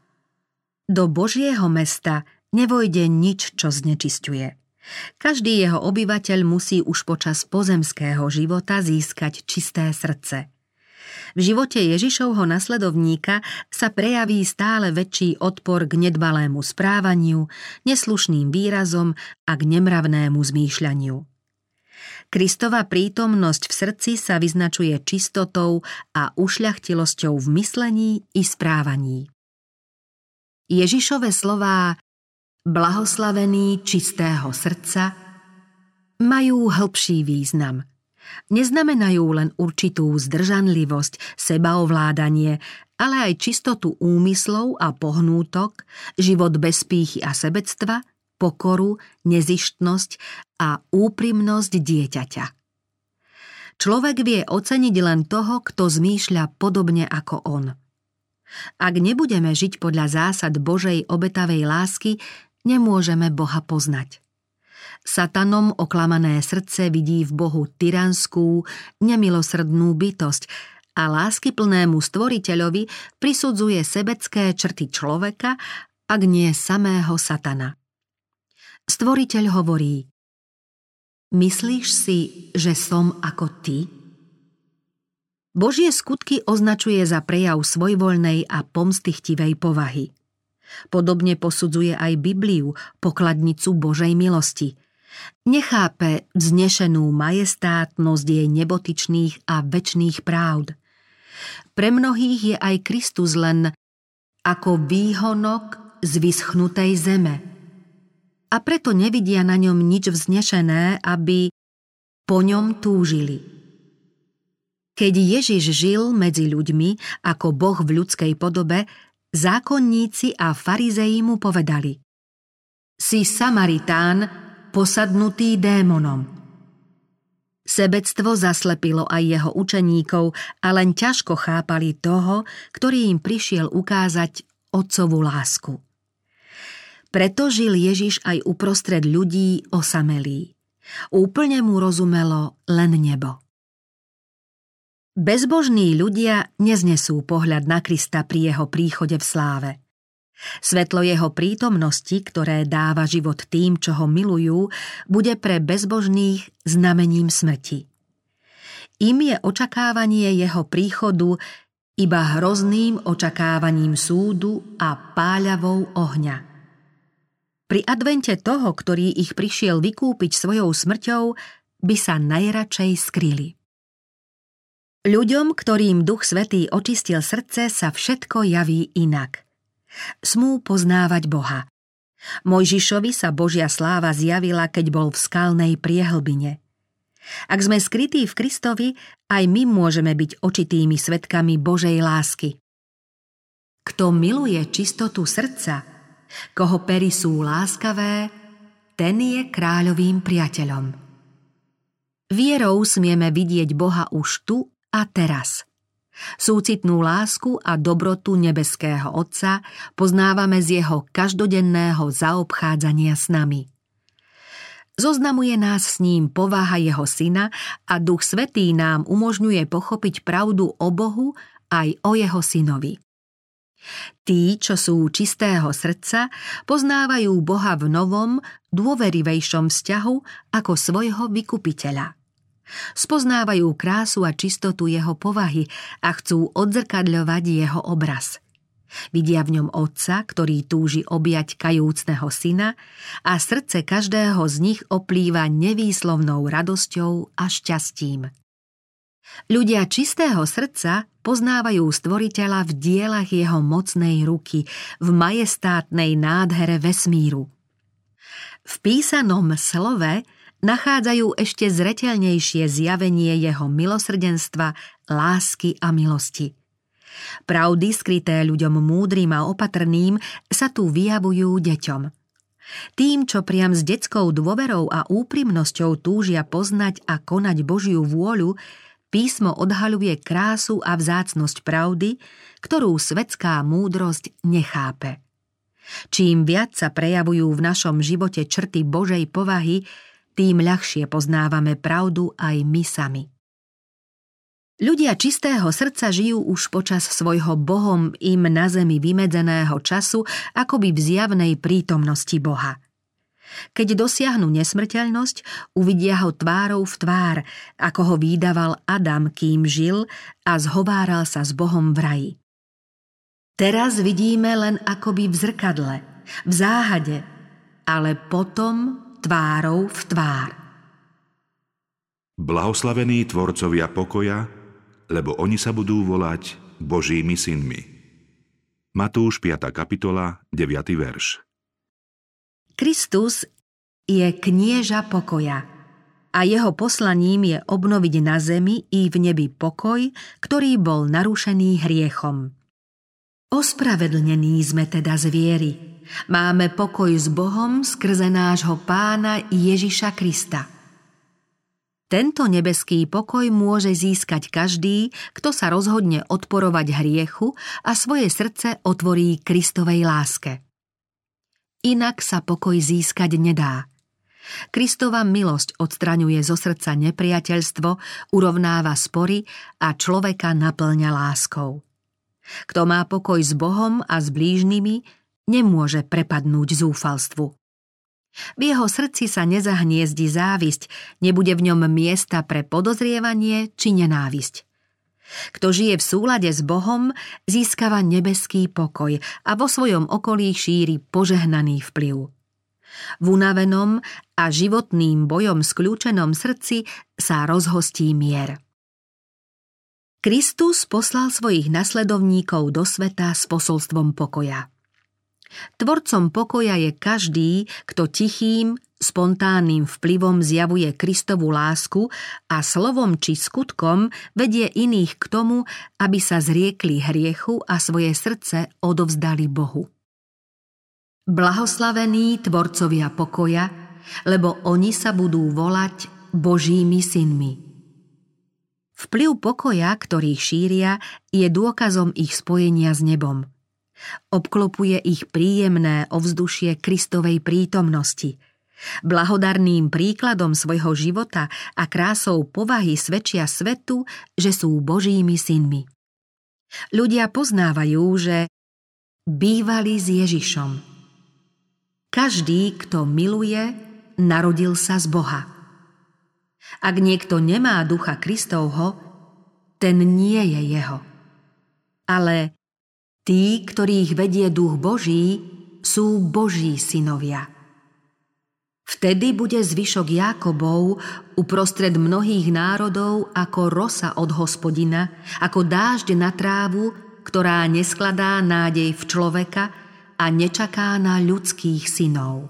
Do Božieho mesta nevojde nič, čo znečisťuje. Každý jeho obyvateľ musí už počas pozemského života získať čisté srdce. V živote Ježišovho nasledovníka sa prejaví stále väčší odpor k nedbalému správaniu, neslušným výrazom a k nemravnému zmýšľaniu. Kristova prítomnosť v srdci sa vyznačuje čistotou a ušľachtilosťou v myslení i správaní. Ježišove slová blahoslavený čistého srdca majú hĺbší význam. Neznamenajú len určitú zdržanlivosť, sebaovládanie, ale aj čistotu úmyslov a pohnútok, život bez pýchy a sebectva, pokoru, nezištnosť a úprimnosť dieťaťa. Človek vie oceniť len toho, kto zmýšľa podobne ako on. Ak nebudeme žiť podľa zásad Božej obetavej lásky, nemôžeme Boha poznať. Satanom oklamané srdce vidí v Bohu tyranskú, nemilosrdnú bytosť a láskyplnému stvoriteľovi prisudzuje sebecké črty človeka, ak nie samého Satana. Stvoriteľ hovorí: Myslíš si, že som ako ty? Božie skutky označuje za prejav svojvoľnej a pomstychtivej povahy. Podobne posudzuje aj Bibliu, pokladnicu Božej milosti. Nechápe vznešenú majestátnosť jej nebotyčných a večných pravd. Pre mnohých je aj Kristus len ako výhonok z vyschnutej zeme. A preto nevidia na ňom nič vznešené, aby po ňom túžili. Keď Ježiš žil medzi ľuďmi ako Boh v ľudskej podobe, zákonníci a farizeji mu povedali: Si Samaritán, posadnutý démonom. Sebectvo zaslepilo aj jeho učeníkov a len ťažko chápali toho, ktorý im prišiel ukázať otcovú lásku. Preto žil Ježiš aj uprostred ľudí osamelý. Úplne mu rozumelo len nebo. Bezbožní ľudia neznesú pohľad na Krista pri jeho príchode v sláve. Svetlo jeho prítomnosti, ktoré dáva život tým, čo ho milujú, bude pre bezbožných znamením smrti. Im je očakávanie jeho príchodu iba hrozným očakávaním súdu a páľavou ohňa. Pri advente toho, ktorý ich prišiel vykúpiť svojou smrťou, by sa najradšej skryli. Ľuďom, ktorým Duch Svätý očistil srdce, sa všetko javí inak. Smú poznávať Boha. Mojžišovi sa Božia sláva zjavila, keď bol v skalnej priehlbine. Ak sme skrytí v Kristovi, aj my môžeme byť očitými svedkami Božej lásky. Kto miluje čistotu srdca, koho pery sú láskavé, ten je kráľovým priateľom. Vierou smieme vidieť Boha už tu a teraz. Súcitnú lásku a dobrotu nebeského Otca poznávame z jeho každodenného zaobchádzania s nami. Zoznamuje nás s ním povaha jeho syna a Duch Svätý nám umožňuje pochopiť pravdu o Bohu aj o jeho synovi. Tí, čo sú čistého srdca, poznávajú Boha v novom, dôverivejšom vzťahu ako svojho vykupiteľa. Spoznávajú krásu a čistotu jeho povahy a chcú odzrkadľovať jeho obraz. Vidia v ňom otca, ktorý túži objať kajúcneho syna a srdce každého z nich oplýva nevýslovnou radosťou a šťastím. Ľudia čistého srdca poznávajú stvoriteľa v dielach jeho mocnej ruky, v majestátnej nádhere vesmíru. V písanom slove nachádzajú ešte zreteľnejšie zjavenie jeho milosrdenstva, lásky a milosti. Pravdy skryté ľuďom múdrym a opatrným sa tu vyjavujú deťom. Tým, čo priam s detskou dôverou a úprimnosťou túžia poznať a konať Božiu vôľu, písmo odhaľuje krásu a vzácnosť pravdy, ktorú svetská múdrosť nechápe. Čím viac sa prejavujú v našom živote črty Božej povahy, tým ľahšie poznávame pravdu aj my sami. Ľudia čistého srdca žijú už počas svojho Bohom im na zemi vymedzeného času akoby v zjavnej prítomnosti Boha. Keď dosiahnu nesmrteľnosť, uvidia ho tvárou v tvár, ako ho vídaval Adam, kým žil a zhováral sa s Bohom v raji. Teraz vidíme len akoby v zrkadle, v záhade, ale potom tvárou v tvár. Blahoslavení tvorcovia pokoja, lebo oni sa budú volať Božími synmi. Matúš piata kapitola, deviaty verš. Kristus je knieža pokoja a jeho poslaním je obnoviť na zemi i v nebi pokoj, ktorý bol narušený hriechom. Ospravedlnení sme teda z viery. Máme pokoj s Bohom skrze nášho Pána Ježiša Krista. Tento nebeský pokoj môže získať každý, kto sa rozhodne odporovať hriechu a svoje srdce otvorí Kristovej láske. Inak sa pokoj získať nedá. Kristova milosť odstraňuje zo srdca nepriateľstvo, urovnáva spory a človeka naplňa láskou. Kto má pokoj s Bohom a s blížnymi, nemôže prepadnúť zúfalstvu. V jeho srdci sa nezahniezdi závisť, nebude v ňom miesta pre podozrievanie či nenávisť. Kto žije v súlade s Bohom, získava nebeský pokoj a vo svojom okolí šíri požehnaný vplyv. V unavenom a životným bojom skľúčenom srdci sa rozhostí mier. Kristus poslal svojich nasledovníkov do sveta s posolstvom pokoja. Tvorcom pokoja je každý, kto tichým, spontánnym vplyvom zjavuje Kristovu lásku a slovom či skutkom vedie iných k tomu, aby sa zriekli hriechu a svoje srdce odovzdali Bohu. Blahoslavení tvorcovia pokoja, lebo oni sa budú volať Božími synmi. Vplyv pokoja, ktorý šíria, je dôkazom ich spojenia s nebom. Obklopuje ich príjemné ovzdušie Kristovej prítomnosti. Blahodarným príkladom svojho života a krásou povahy svedčia svetu, že sú Božími synmi. Ľudia poznávajú, že bývali s Ježišom. Každý, kto miluje, narodil sa z Boha. Ak niekto nemá ducha Kristovho, ten nie je jeho. Ale tí, ktorých vedie duch Boží, sú Boží synovia. Vtedy bude zvyšok Jákobov uprostred mnohých národov ako rosa od Hospodina, ako dážď na trávu, ktorá neskladá nádej v človeka a nečaká na ľudských synov.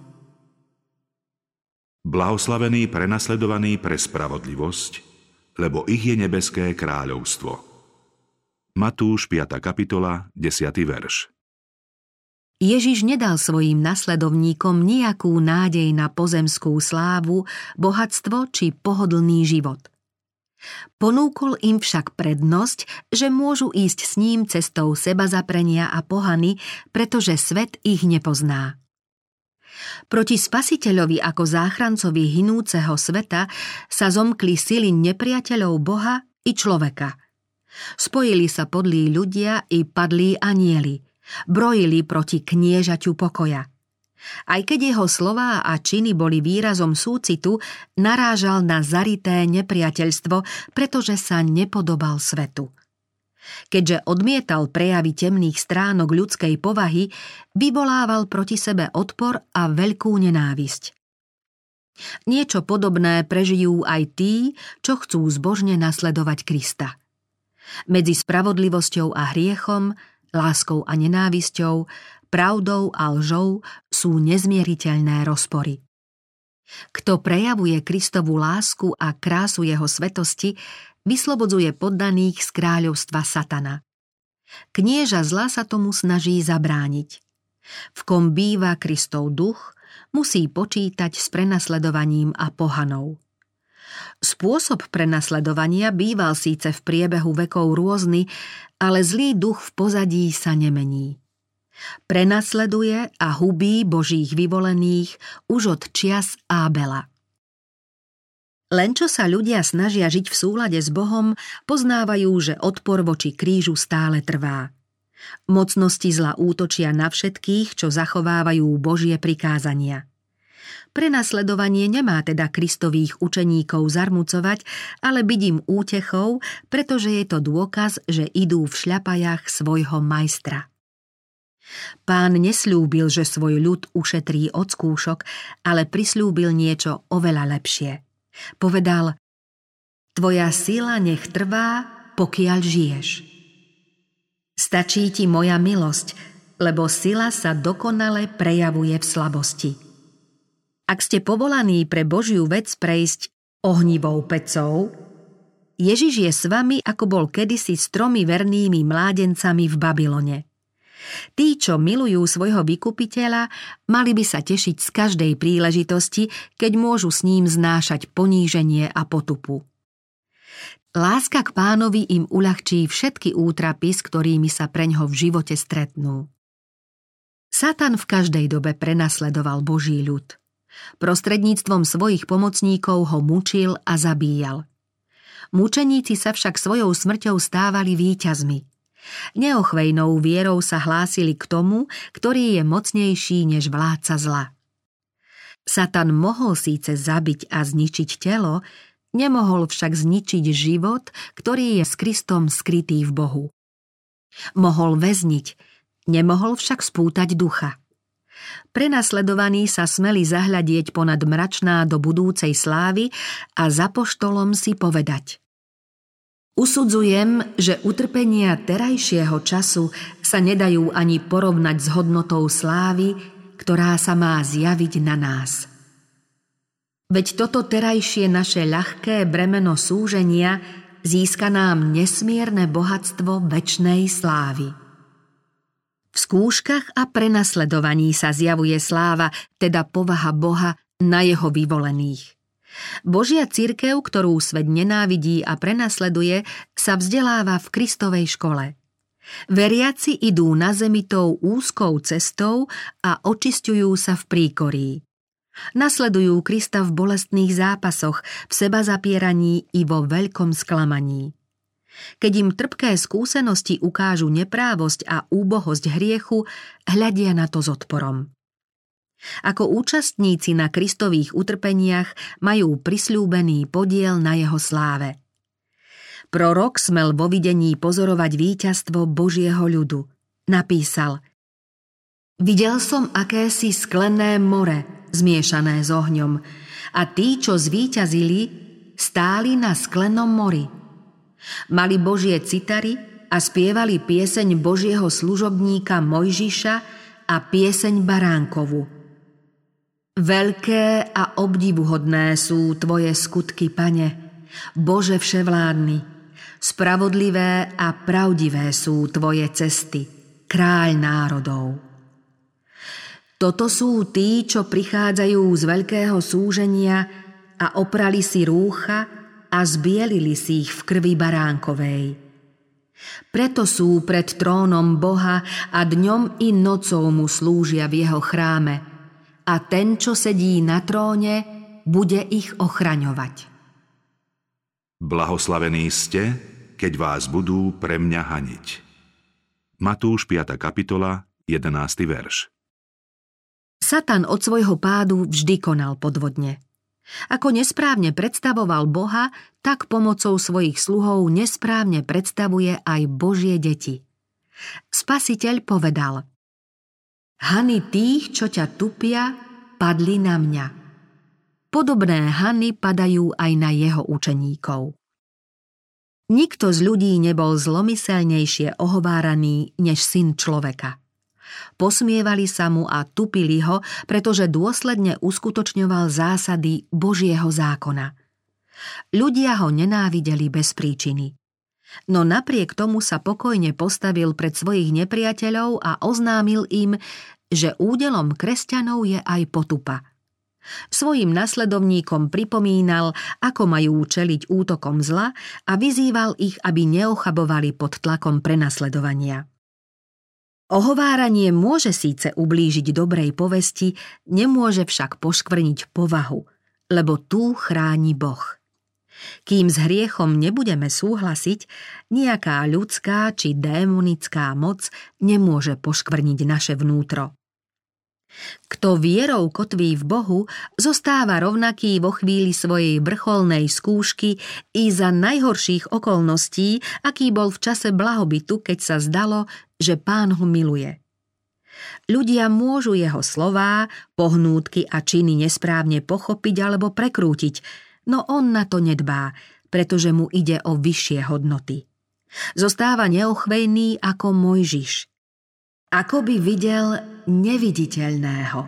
Blahoslavení prenasledovaní pre spravodlivosť, lebo ich je nebeské kráľovstvo. Matúš piata kapitola, desiaty verš. Ježiš nedal svojim nasledovníkom nejakú nádej na pozemskú slávu, bohatstvo či pohodlný život. Ponúkol im však prednosť, že môžu ísť s ním cestou sebazaprenia a pohany, pretože svet ich nepozná. Proti Spasiteľovi ako záchrancovi hinúceho sveta sa zomkli sily nepriateľov Boha i človeka. Spojili sa podlí ľudia i padlí anjeli, brojili proti kniežaťu pokoja. Aj keď jeho slová a činy boli výrazom súcitu, narážal na zarité nepriateľstvo, pretože sa nepodobal svetu. Keďže odmietal prejavy temných stránok ľudskej povahy, vyvolával proti sebe odpor a veľkú nenávisť. Niečo podobné prežijú aj tí, čo chcú zbožne nasledovať Krista. Medzi spravodlivosťou a hriechom, láskou a nenávisťou, pravdou a lžou sú nezmieriteľné rozpory. Kto prejavuje Kristovu lásku a krásu jeho svetosti, vyslobodzuje poddaných z kráľovstva satana. Knieža zla sa tomu snaží zabrániť. V kom býva Kristov duch, musí počítať s prenasledovaním a pohanou. Spôsob prenasledovania býval síce v priebehu vekov rôzny, ale zlý duch v pozadí sa nemení. Prenasleduje a hubí Božích vyvolených už od čias Ábela. Len čo sa ľudia snažia žiť v súlade s Bohom, poznávajú, že odpor voči krížu stále trvá. Mocnosti zla útočia na všetkých, čo zachovávajú Božie prikázania. Prenasledovanie nemá teda Kristových učeníkov zarmucovať, ale byť im útechou, pretože je to dôkaz, že idú v šľapajách svojho majstra. Pán nesľúbil, že svoj ľud ušetrí od skúšok, ale prisľúbil niečo oveľa lepšie. Povedal: Tvoja sila nech trvá, pokiaľ žiješ. Stačí ti moja milosť, lebo sila sa dokonale prejavuje v slabosti. Ak ste povolaní pre Božiu vec prejsť ohnivou pecou, Ježiš je s vami, ako bol kedysi s tromi vernými mládencami v Babylone. Tí, čo milujú svojho vykupiteľa, mali by sa tešiť z každej príležitosti, keď môžu s ním znášať poníženie a potupu. Láska k Pánovi im uľahčí všetky útrapy, s ktorými sa preňho v živote stretnú. Satan v každej dobe prenasledoval Boží ľud. Prostredníctvom svojich pomocníkov ho mučil a zabíjal. Mučeníci sa však svojou smrťou stávali víťazmi. Neochvejnou vierou sa hlásili k tomu, ktorý je mocnejší než vládca zla. Satan mohol síce zabiť a zničiť telo, nemohol však zničiť život, ktorý je s Kristom skrytý v Bohu. Mohol väzniť, nemohol však spútať ducha. Prenasledovaní sa smeli zahľadieť ponad mračná do budúcej slávy a za poštolom si povedať: Usudzujem, že utrpenia terajšieho času sa nedajú ani porovnať s hodnotou slávy, ktorá sa má zjaviť na nás. Veď toto terajšie naše ľahké bremeno súženia získa nám nesmierne bohatstvo večnej slávy. V skúškach a prenasledovaní sa zjavuje sláva, teda povaha Boha na jeho vyvolených. Božia cirkev, ktorú svet nenávidí a prenasleduje, sa vzdeláva v Kristovej škole. Veriaci idú na zemi tou úzkou cestou a očisťujú sa v príkorí. Nasledujú Krista v bolestných zápasoch, v sebazapieraní i vo veľkom sklamaní. Keď im trpké skúsenosti ukážu neprávosť a úbohosť hriechu, hľadia na to s odporom. Ako účastníci na Kristových utrpeniach majú prisľúbený podiel na jeho sláve. Prorok smel vo videní pozorovať víťazstvo Božieho ľudu. Napísal: Videl som akési sklené more, zmiešané s ohňom, a tí, čo zvíťazili, stáli na sklenom mori. Mali Božie citary a spievali pieseň Božieho služobníka Mojžiša a pieseň Baránkovu. Veľké a obdivuhodné sú tvoje skutky, Pane, Bože vševládny. Spravodlivé a pravdivé sú tvoje cesty, Kráľ národov. Toto sú tí, čo prichádzajú z veľkého súženia a oprali si rúcha a zbielili si ich v krvi baránkovej. Preto sú pred trónom Boha a dňom i nocou mu slúžia v jeho chráme a ten, čo sedí na tróne, bude ich ochraňovať. Blahoslavení ste, keď vás budú pre mňa haniť. Matúš piata kapitola, jedenásty verš. Satan od svojho pádu vždy konal podvodne. Ako nesprávne predstavoval Boha, tak pomocou svojich sluhov nesprávne predstavuje aj Božie deti. Spasiteľ povedal: Hany tých, čo ťa tupia, padli na mňa. Podobné hany padajú aj na jeho učeníkov. Nikto z ľudí nebol zlomyselnejšie ohováraný než syn človeka. Posmievali sa mu a tupili ho, pretože dôsledne uskutočňoval zásady Božieho zákona. Ľudia ho nenávideli bez príčiny. No napriek tomu sa pokojne postavil pred svojich nepriateľov a oznámil im, že údelom kresťanov je aj potupa. Svojim nasledovníkom pripomínal, ako majú čeliť útokom zla a vyzýval ich, aby neochabovali pod tlakom prenasledovania. Ohováranie môže síce ublížiť dobrej povesti, nemôže však poškvrniť povahu, lebo tú chráni Boh. Kým s hriechom nebudeme súhlasiť, nejaká ľudská či démonická moc nemôže poškvrniť naše vnútro. Kto vierou kotví v Bohu, zostáva rovnaký vo chvíli svojej vrcholnej skúšky i za najhorších okolností, aký bol v čase blahobytu, keď sa zdalo, že Pán ho miluje. Ľudia môžu jeho slová, pohnútky a činy nesprávne pochopiť alebo prekrútiť, no on na to nedbá, pretože mu ide o vyššie hodnoty. Zostáva neochvejný ako Mojžiš. Ako by videl neviditeľného.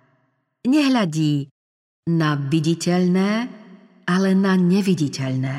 Nehľadí na viditeľné, ale na neviditeľné.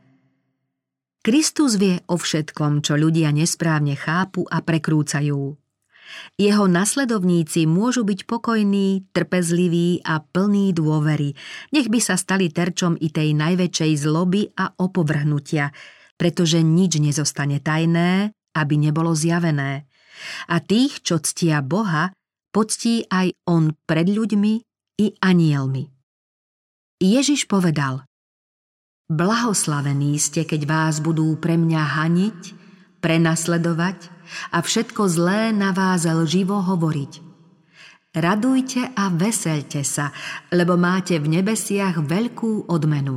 Kristus vie o všetkom, čo ľudia nesprávne chápu a prekrúcajú. Jeho nasledovníci môžu byť pokojní, trpezliví a plní dôvery, nech by sa stali terčom i tej najväčšej zloby a opovrhnutia, pretože nič nezostane tajné, aby nebolo zjavené. A tých, čo ctia Boha, poctí aj on pred ľuďmi i anielmi. Ježiš povedal: Blahoslavení ste, keď vás budú pre mňa haniť, prenasledovať a všetko zlé na vás lživo hovoriť. Radujte a veselte sa, lebo máte v nebesiach veľkú odmenu.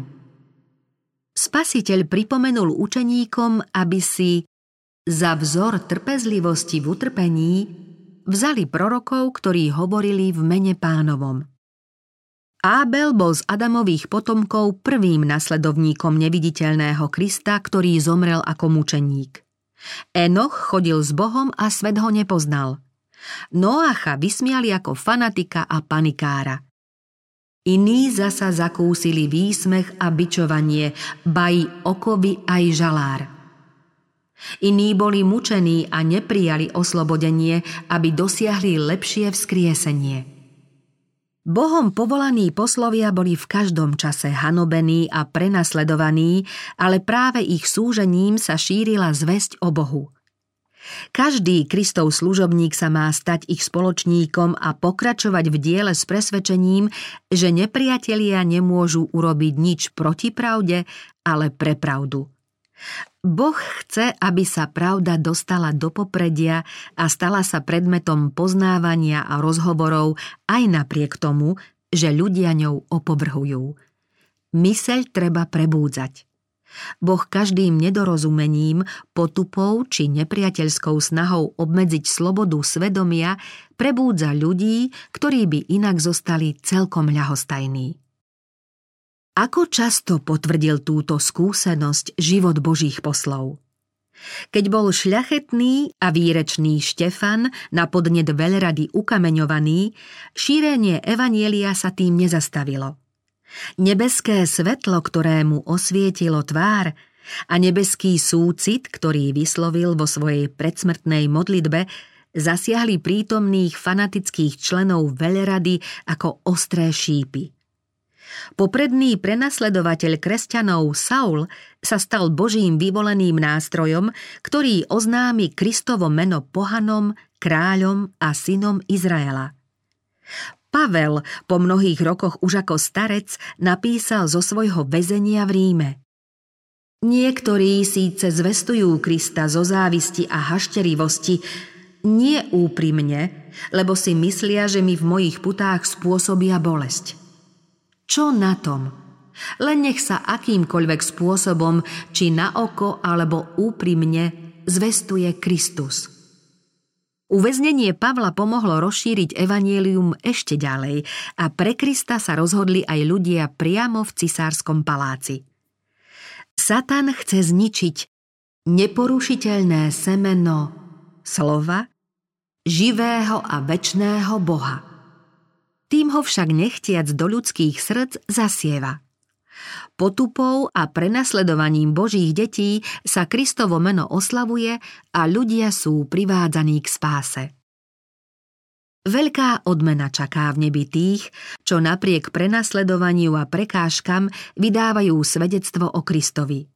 Spasiteľ pripomenul učeníkom, aby si za vzor trpezlivosti v utrpení vzali prorokov, ktorí hovorili v mene Pánovom. Ábel bol z Adamových potomkov prvým nasledovníkom neviditeľného Krista, ktorý zomrel ako mučeník. Enoch chodil s Bohom a svet ho nepoznal. Noacha vysmiali ako fanatika a panikára. Iní zasa zakúsili výsmech a bičovanie, bají okovy aj žalár. Iní boli mučení a neprijali oslobodenie, aby dosiahli lepšie vzkriesenie. Bohom povolaní poslovia boli v každom čase hanobení a prenasledovaní, ale práve ich súžením sa šírila zvesť o Bohu. Každý Kristov služobník sa má stať ich spoločníkom a pokračovať v diele s presvedčením, že nepriatelia nemôžu urobiť nič proti pravde, ale pre pravdu. Boh chce, aby sa pravda dostala do popredia a stala sa predmetom poznávania a rozhovorov aj napriek tomu, že ľudia ňou opovrhujú. Myseľ treba prebúdzať. Boh každým nedorozumením, potupou či nepriateľskou snahou obmedziť slobodu svedomia prebúdza ľudí, ktorí by inak zostali celkom ľahostajní. Ako často potvrdil túto skúsenosť život Božích poslov? Keď bol šľachetný a výrečný Štefan na podnet veľrady ukameňovaný, šírenie evanjelia sa tým nezastavilo. Nebeské svetlo, ktorému osvietilo tvár, a nebeský súcit, ktorý vyslovil vo svojej predsmrtnej modlitbe, zasiahli prítomných fanatických členov veľrady ako ostré šípy. Popredný prenasledovateľ kresťanov Saul sa stal Božím vyvoleným nástrojom, ktorý oznámi Kristovo meno pohanom, kráľom a synom Izraela. Pavel po mnohých rokoch už ako starec napísal zo svojho väzenia v Ríme: Niektorí síce zvestujú Krista zo závisti a hašterivosti, nie úprimne, lebo si myslia, že mi v mojich putách spôsobia bolesť. Čo na tom? Len nech sa akýmkoľvek spôsobom, či na oko alebo úprimne, zvestuje Kristus. Uväznenie Pavla pomohlo rozšíriť evanjelium ešte ďalej a pre Krista sa rozhodli aj ľudia priamo v cisárskom paláci. Satan chce zničiť neporušiteľné semeno slova živého a večného Boha. Tým ho však nechtiac do ľudských srdc zasieva. Potupou a prenasledovaním Božích detí sa Kristovo meno oslavuje a ľudia sú privádzaní k spáse. Veľká odmena čaká v nebi tých, čo napriek prenasledovaniu a prekážkam vydávajú svedectvo o Kristovi.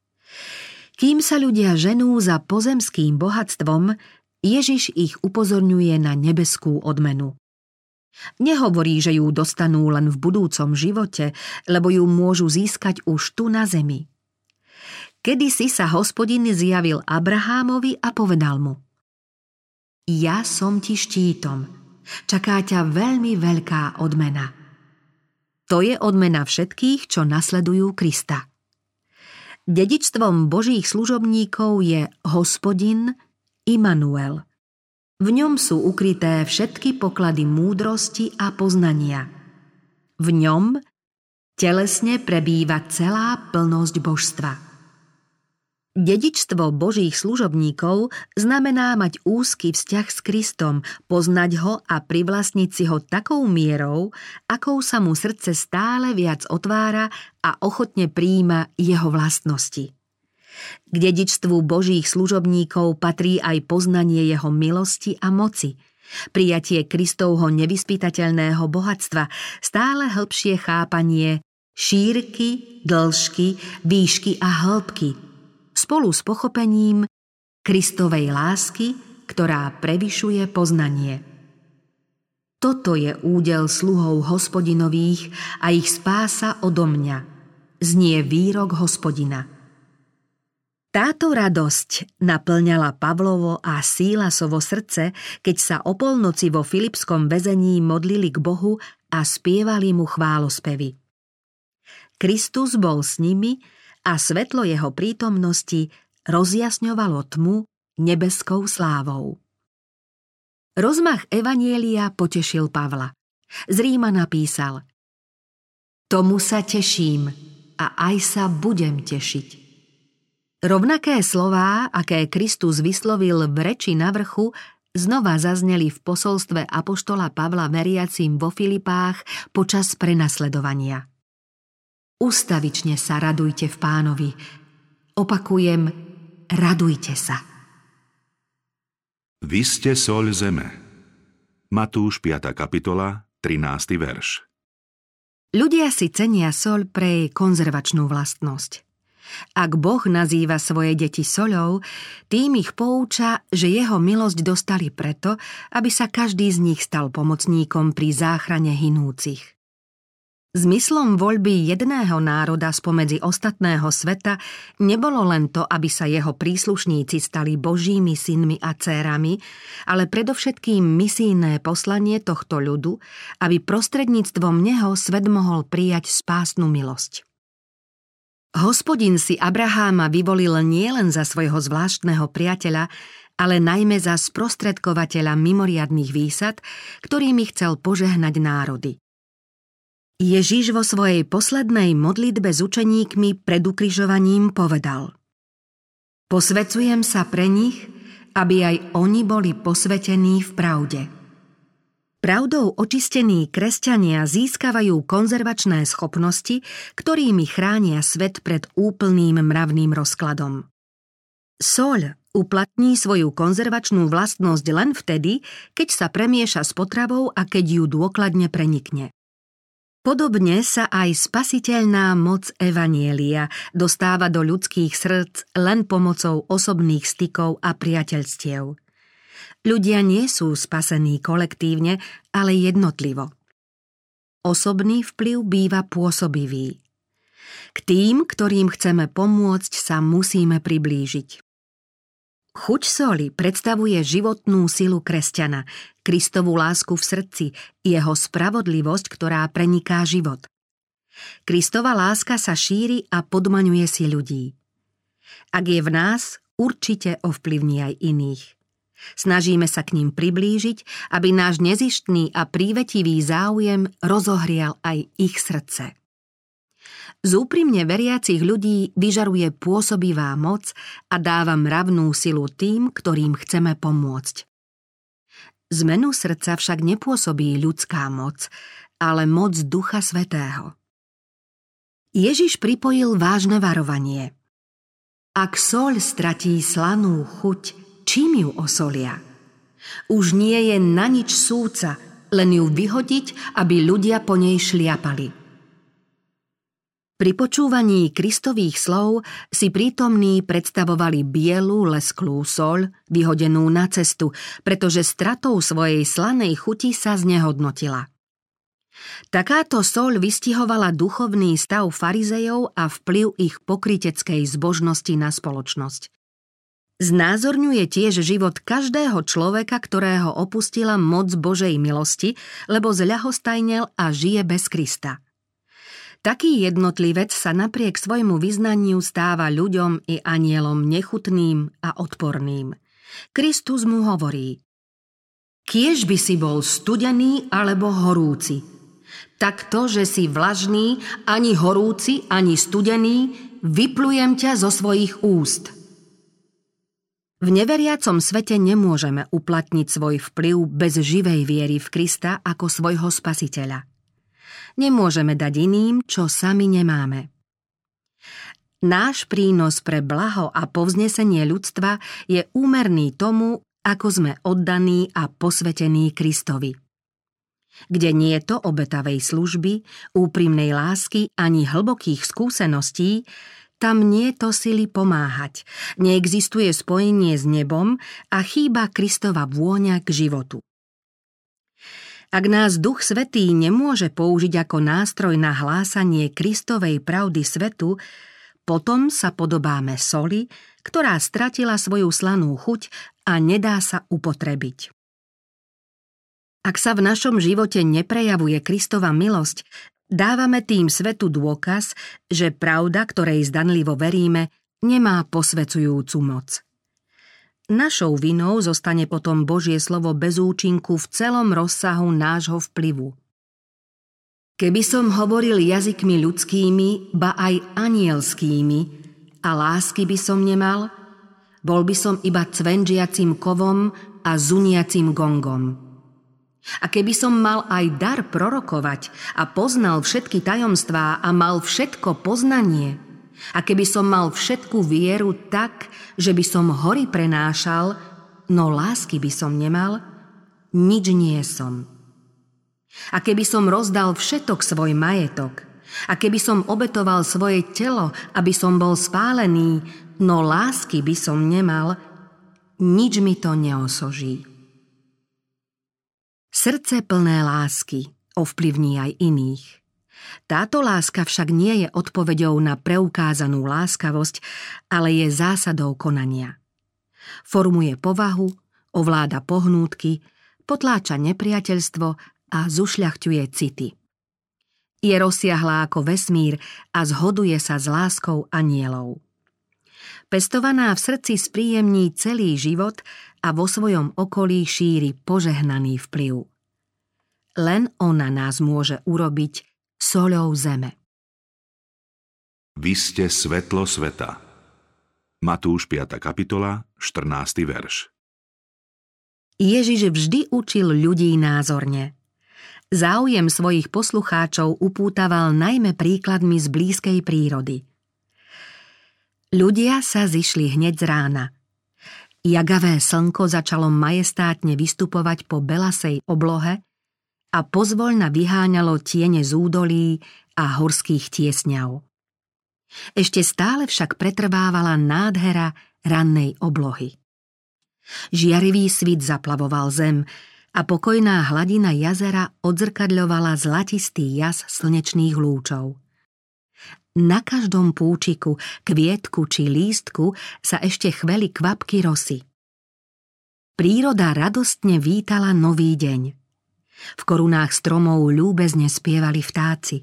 Kým sa ľudia ženú za pozemským bohatstvom, Ježiš ich upozorňuje na nebeskú odmenu. Nehovorí, že ju dostanú len v budúcom živote, lebo ju môžu získať už tu na zemi. Kedysi sa Hospodin zjavil Abrahámovi a povedal mu: Ja som ti štítom, Čaká ťa veľmi veľká odmena. To je odmena všetkých, čo nasledujú Krista. Dedičstvom Božích služobníkov je Hospodin Imanuel. V ňom sú ukryté všetky poklady múdrosti a poznania. V ňom telesne prebýva celá plnosť božstva. Dedičstvo Božích služobníkov znamená mať úzky vzťah s Kristom, poznať ho a privlastniť si ho takou mierou, akou sa mu srdce stále viac otvára a ochotne prijíma jeho vlastnosti. K dedičstvu Božích služobníkov patrí aj poznanie jeho milosti a moci, prijatie Kristovho nevyspytateľného bohatstva, stále hĺbšie chápanie šírky, dĺžky, výšky a hĺbky, spolu s pochopením Kristovej lásky, ktorá prevyšuje poznanie. Toto je údel sluhov Hospodinových a ich spása odo mňa, znie výrok Hospodina. Táto radosť naplňala Pavlovo a Sílasovo srdce, keď sa o polnoci vo Filipskom väzení modlili k Bohu a spievali mu chválospevy. Kristus bol s nimi a svetlo jeho prítomnosti rozjasňovalo tmu nebeskou slávou. Rozmach evanjelia potešil Pavla. Z Ríma napísal: Tomu sa teším a aj sa budem tešiť. Rovnaké slová, aké Kristus vyslovil v reči na vrchu, znova zazneli v posolstve apoštola Pavla veriacim vo Filipách počas prenasledovania. Ustavične sa radujte v Pánovi. Opakujem, radujte sa. Vy ste soľ zeme. Matúš piata kapitola, trinásty verš. Ľudia si cenia soľ pre jej konzervačnú vlastnosť. Ak Boh nazýva svoje deti soľou, tým ich pouča, že jeho milosť dostali preto, aby sa každý z nich stal pomocníkom pri záchrane hinúcich. Zmyslom voľby jedného národa spomedzi ostatného sveta nebolo len to, aby sa jeho príslušníci stali Božími synmi a dcérami, ale predovšetkým misijné poslanie tohto ľudu, aby prostredníctvom neho svet mohol prijať spásnu milosť. Hospodin si Abraháma vyvolil nielen za svojho zvláštneho priateľa, ale najmä za sprostredkovateľa mimoriadnych výsad, ktorými chcel požehnať národy. Ježiš vo svojej poslednej modlitbe s učeníkmi pred ukrižovaním povedal: Posväcujem sa pre nich, aby aj oni boli posvätení v pravde. Pravdou očistení kresťania získavajú konzervačné schopnosti, ktorými chránia svet pred úplným mravným rozkladom. Soľ uplatní svoju konzervačnú vlastnosť len vtedy, keď sa premieša s potravou a keď ju dôkladne prenikne. Podobne sa aj spasiteľná moc evanjelia dostáva do ľudských srdc len pomocou osobných stykov a priateľstiev. Ľudia nie sú spasení kolektívne, ale jednotlivo. Osobný vplyv býva pôsobivý. K tým, ktorým chceme pomôcť, sa musíme priblížiť. Chuť soli predstavuje životnú silu kresťana, Kristovú lásku v srdci, jeho spravodlivosť, ktorá preniká život. Kristova láska sa šíri a podmaňuje si ľudí. Ak je v nás, určite ovplyvní aj iných. Snažíme sa k ním priblížiť, aby náš nezištný a prívetivý záujem rozohrial aj ich srdce. Z úprimne veriacich ľudí vyžaruje pôsobivá moc a dáva mravnú silu tým, ktorým chceme pomôcť. Zmenu srdca však nepôsobí ľudská moc, ale moc Ducha Svätého. Ježiš pripojil vážne varovanie. Ak soľ stratí slanú chuť, čím ju osolia? Už nie je na nič súca, len ju vyhodiť, aby ľudia po nej šliapali. Pri počúvaní Kristových slov si prítomní predstavovali bielu lesklú soľ, vyhodenú na cestu, pretože stratou svojej slanej chuti sa znehodnotila. Takáto soľ vystihovala duchovný stav farizejov a vplyv ich pokryteckej zbožnosti na spoločnosť. Znázorňuje tiež život každého človeka, ktorého opustila moc Božej milosti, lebo zľahostajnel a žije bez Krista. Taký jednotlivec sa napriek svojmu vyznaniu stáva ľuďom i anielom nechutným a odporným. Kristus mu hovorí: Kiež by si bol studený alebo horúci. Tak to, že si vlažný, ani horúci, ani studený, vyplujem ťa zo svojich úst. V neveriacom svete nemôžeme uplatniť svoj vplyv bez živej viery v Krista ako svojho spasiteľa. Nemôžeme dať iným, čo sami nemáme. Náš prínos pre blaho a povznesenie ľudstva je úmerný tomu, ako sme oddaní a posvetení Kristovi. Kde nie je to obetavej služby, úprimnej lásky ani hlbokých skúseností, tam nie je to sily pomáhať, neexistuje spojenie s nebom a chýba Kristova vôňa k životu. Ak nás Duch Svätý nemôže použiť ako nástroj na hlásanie Kristovej pravdy svetu, potom sa podobáme soli, ktorá stratila svoju slanú chuť a nedá sa upotrebiť. Ak sa v našom živote neprejavuje Kristova milosť, dávame tým svetu dôkaz, že pravda, ktorej zdanlivo veríme, nemá posvedzujúcu moc. Našou vinou zostane potom Božie slovo bez účinku v celom rozsahu nášho vplyvu. Keby som hovoril jazykmi ľudskými, ba aj anielskými, a lásky by som nemal, bol by som iba cvenžiacim kovom a zuniacim gongom. A keby som mal aj dar prorokovať a poznal všetky tajomstvá a mal všetko poznanie, a keby som mal všetku vieru tak, že by som hory prenášal, no lásky by som nemal, nič nie som. A keby som rozdal všetok svoj majetok, a keby som obetoval svoje telo, aby som bol spálený, no lásky by som nemal, nič mi to neosoží. Srdce plné lásky ovplyvní aj iných. Táto láska však nie je odpoveďou na preukázanú láskavosť, ale je zásadou konania. Formuje povahu, ovláda pohnútky, potláča nepriateľstvo a zušľachťuje city. Je rozsiahlá ako vesmír a zhoduje sa s láskou anielov. Pestovaná v srdci spríjemní celý život a vo svojom okolí šíri požehnaný vplyv. Len ona nás môže urobiť soľou zeme. Vy ste svetlo sveta. Matúš piata kapitola, štrnásty verš. Ježiš vždy učil ľudí názorne. Záujem svojich poslucháčov upútaval najmä príkladmi z blízkej prírody. Ľudia sa zišli hneď z rána. Jagavé slnko začalo majestátne vystupovať po belasej oblohe a pozvoľna vyháňalo tiene z údolí a horských tiesňav. Ešte stále však pretrvávala nádhera rannej oblohy. Žiarivý svit zaplavoval zem a pokojná hladina jazera odzrkadľovala zlatistý jas slnečných lúčov. Na každom púčiku, kvietku či lístku sa ešte chveli kvapky rosy. Príroda radostne vítala nový deň. V korunách stromov ľúbezne spievali vtáci.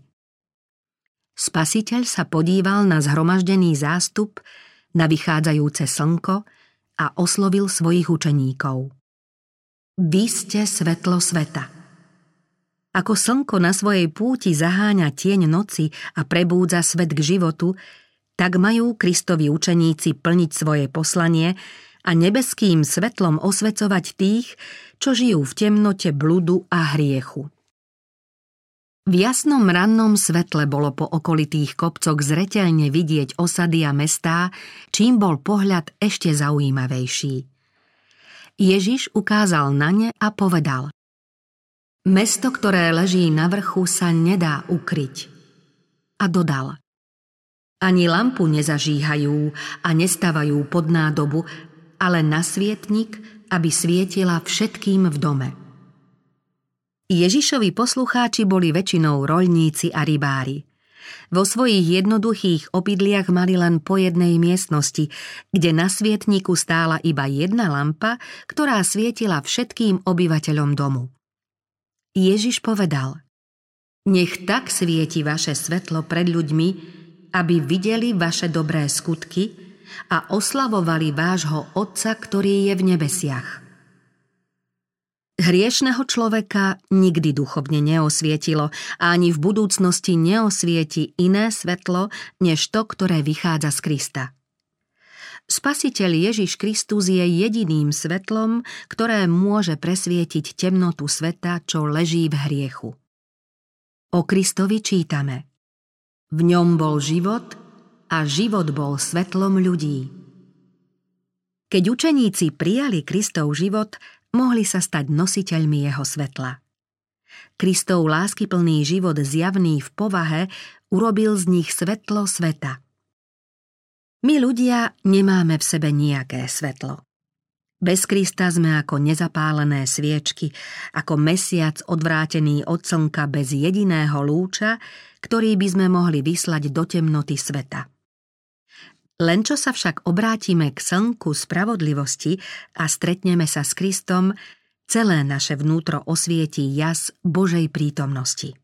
Spasiteľ sa podíval na zhromaždený zástup, na vychádzajúce slnko a oslovil svojich učeníkov. Vy ste svetlo sveta. Ako slnko na svojej púti zaháňa tieň noci a prebúdza svet k životu, tak majú Kristovi učeníci plniť svoje poslanie a nebeským svetlom osvecovať tých, čo žijú v temnote bludu a hriechu. V jasnom rannom svetle bolo po okolitých kopcoch zreteľne vidieť osady a mestá, čím bol pohľad ešte zaujímavejší. Ježiš ukázal na ne a povedal: Mesto, ktoré leží na vrchu, sa nedá ukryť. A dodal: Ani lampu nezažíhajú a nestávajú pod nádobu, ale na svietnik, aby svietila všetkým v dome. Ježišovi poslucháči boli väčšinou roľníci a rybári. Vo svojich jednoduchých obydliach mali len po jednej miestnosti, kde na svietniku stála iba jedna lampa, ktorá svietila všetkým obyvateľom domu. Ježiš povedal: Nech tak svieti vaše svetlo pred ľuďmi, aby videli vaše dobré skutky a oslavovali vášho Otca, ktorý je v nebesiach. Hriešneho človeka nikdy duchovne neosvietilo a ani v budúcnosti neosvieti iné svetlo, než to, ktoré vychádza z Krista. Spasiteľ Ježiš Kristus je jediným svetlom, ktoré môže presvietiť temnotu sveta, čo leží v hriechu. O Kristovi čítame: V ňom bol život a život bol svetlom ľudí. Keď učeníci prijali Kristov život, mohli sa stať nositeľmi jeho svetla. Kristov láskyplný život zjavný v povahe urobil z nich svetlo sveta. My ľudia nemáme v sebe nejaké svetlo. Bez Krista sme ako nezapálené sviečky, ako mesiac odvrátený od slnka bez jediného lúča, ktorý by sme mohli vyslať do temnoty sveta. Len čo sa však obrátime k slnku spravodlivosti a stretneme sa s Kristom, celé naše vnútro osvietí jas Božej prítomnosti.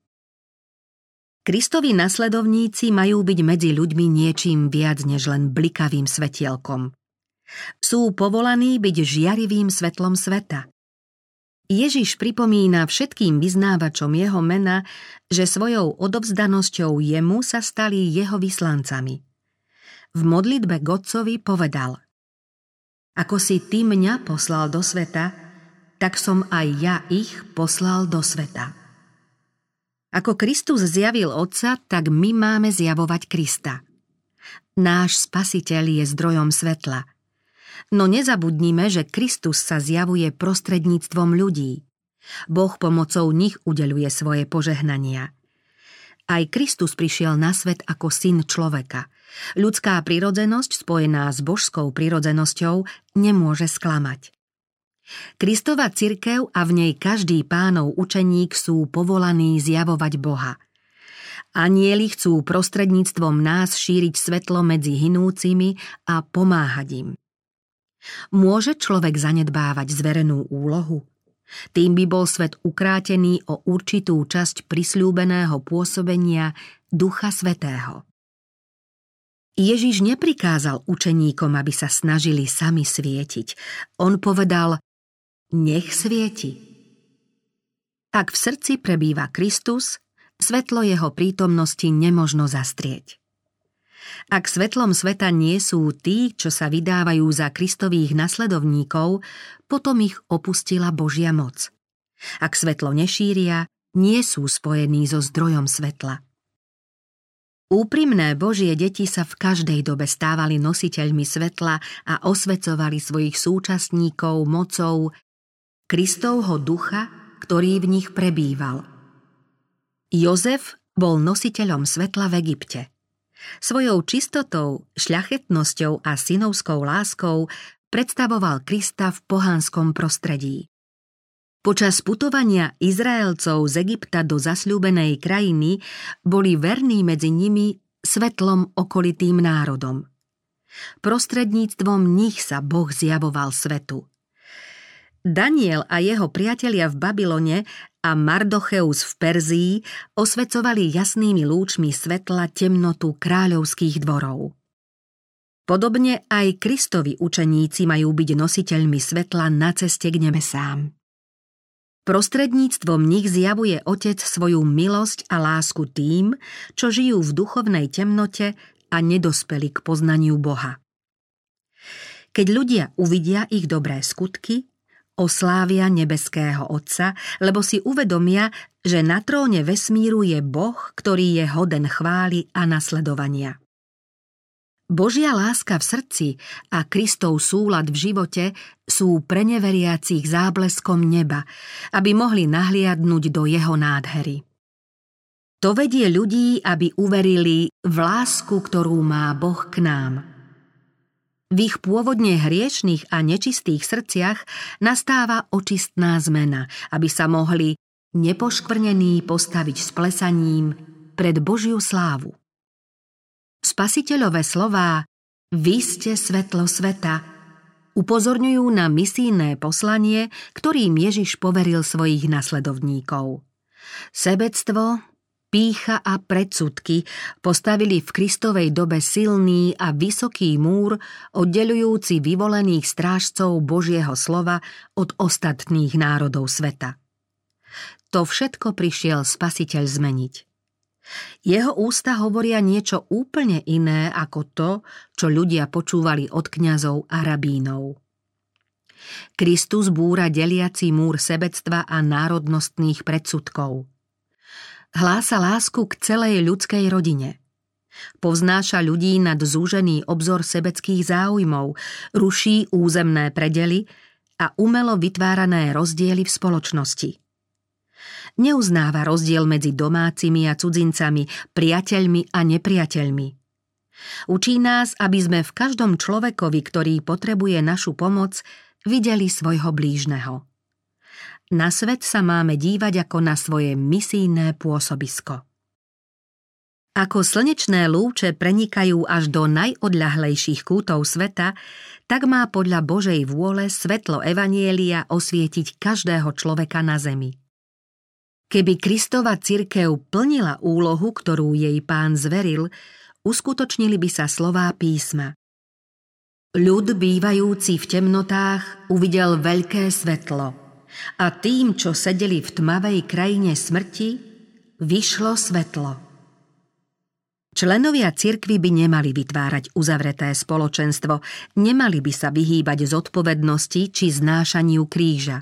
Kristovi nasledovníci majú byť medzi ľuďmi niečím viac než len blikavým svetielkom. Sú povolaní byť žiarivým svetlom sveta. Ježiš pripomína všetkým vyznávačom jeho mena, že svojou odovzdanosťou jemu sa stali jeho vyslancami. V modlitbe k Otcovi povedal: Ako si ty mňa poslal do sveta, tak som aj ja ich poslal do sveta. Ako Kristus zjavil Otca, tak my máme zjavovať Krista. Náš Spasiteľ je zdrojom svetla. No nezabudnime, že Kristus sa zjavuje prostredníctvom ľudí. Boh pomocou nich udeľuje svoje požehnania. Aj Kristus prišiel na svet ako syn človeka. Ľudská prirodzenosť spojená s božskou prirodzenosťou nemôže sklamať. Kristova cirkev a v nej každý Pánov učeník sú povolaní zjavovať Boha. Anjeli chcú prostredníctvom nás šíriť svetlo medzi hinúcimi a pomáhať im. Môže človek zanedbávať zverenú úlohu? Tým by bol svet ukrátený o určitú časť prisľúbeného pôsobenia Ducha Svätého. Ježiš neprikázal učeníkom, aby sa snažili sami svietiť. On povedal: Nech svieti. Ak v srdci prebýva Kristus, svetlo jeho prítomnosti nemožno zastrieť. Ak svetlom sveta nie sú tí, čo sa vydávajú za Kristových nasledovníkov, potom ich opustila Božia moc. Ak svetlo nešíria, nie sú spojení so zdrojom svetla. Úprimné Božie deti sa v každej dobe stávali nositeľmi svetla a osvecovali svojich súčasníkov mocou Kristovho ducha, ktorý v nich prebýval. Jozef bol nositeľom svetla v Egypte. Svojou čistotou, šľachetnosťou a synovskou láskou predstavoval Krista v pohanskom prostredí. Počas putovania Izraelcov z Egypta do zasľúbenej krajiny boli verní medzi nimi svetlom okolitým národom. Prostredníctvom nich sa Boh zjavoval svetu. Daniel a jeho priatelia v Babylone a Mardocheus v Perzii osvecovali jasnými lúčmi svetla temnotu kráľovských dvorov. Podobne aj Kristovi učeníci majú byť nositeľmi svetla na ceste k nebesám. Prostredníctvom nich zjavuje Otec svoju milosť a lásku tým, čo žijú v duchovnej temnote a nedospeli k poznaniu Boha. Keď ľudia uvidia ich dobré skutky, oslávia nebeského Otca, lebo si uvedomia, že na tróne vesmíru je Boh, ktorý je hoden chvály a nasledovania. Božia láska v srdci a Kristov súlad v živote sú pre neveriacich zábleskom neba, aby mohli nahliadnuť do jeho nádhery. To vedie ľudí, aby uverili v lásku, ktorú má Boh k nám. V ich pôvodne hriešnych a nečistých srdciach nastáva očistná zmena, aby sa mohli nepoškvrnení postaviť s plesaním pred Božiu slávu. Spasiteľové slová "Vy ste svetlo sveta" upozorňujú na misijné poslanie, ktorým Ježiš poveril svojich nasledovníkov. Sebectvo, pýcha a predsudky postavili v Kristovej dobe silný a vysoký múr, oddeľujúci vyvolených strážcov Božieho slova od ostatných národov sveta. To všetko prišiel Spasiteľ zmeniť. Jeho ústa hovoria niečo úplne iné ako to, čo ľudia počúvali od kňazov a rabínov. Kristus búra deliaci múr sebectva a národnostných predsudkov. Hlása lásku k celej ľudskej rodine. Povznáša ľudí nad zúžený obzor sebeckých záujmov, ruší územné predely a umelo vytvárané rozdiely v spoločnosti. Neuznáva rozdiel medzi domácimi a cudzincami, priateľmi a nepriateľmi. Učí nás, aby sme v každom človekovi, ktorý potrebuje našu pomoc, videli svojho blížneho. Na svet sa máme dívať ako na svoje misijné pôsobisko. Ako slnečné lúče prenikajú až do najodľahlejších kútov sveta, tak má podľa Božej vôle svetlo evanjelia osvietiť každého človeka na zemi. Keby Kristova cirkev plnila úlohu, ktorú jej Pán zveril, uskutočnili by sa slová písma. Ľud bývajúci v temnotách uvidel veľké svetlo a tým, čo sedeli v tmavej krajine smrti, vyšlo svetlo. Členovia cirkvi by nemali vytvárať uzavreté spoločenstvo, nemali by sa vyhýbať zodpovednosti či znášaniu kríža.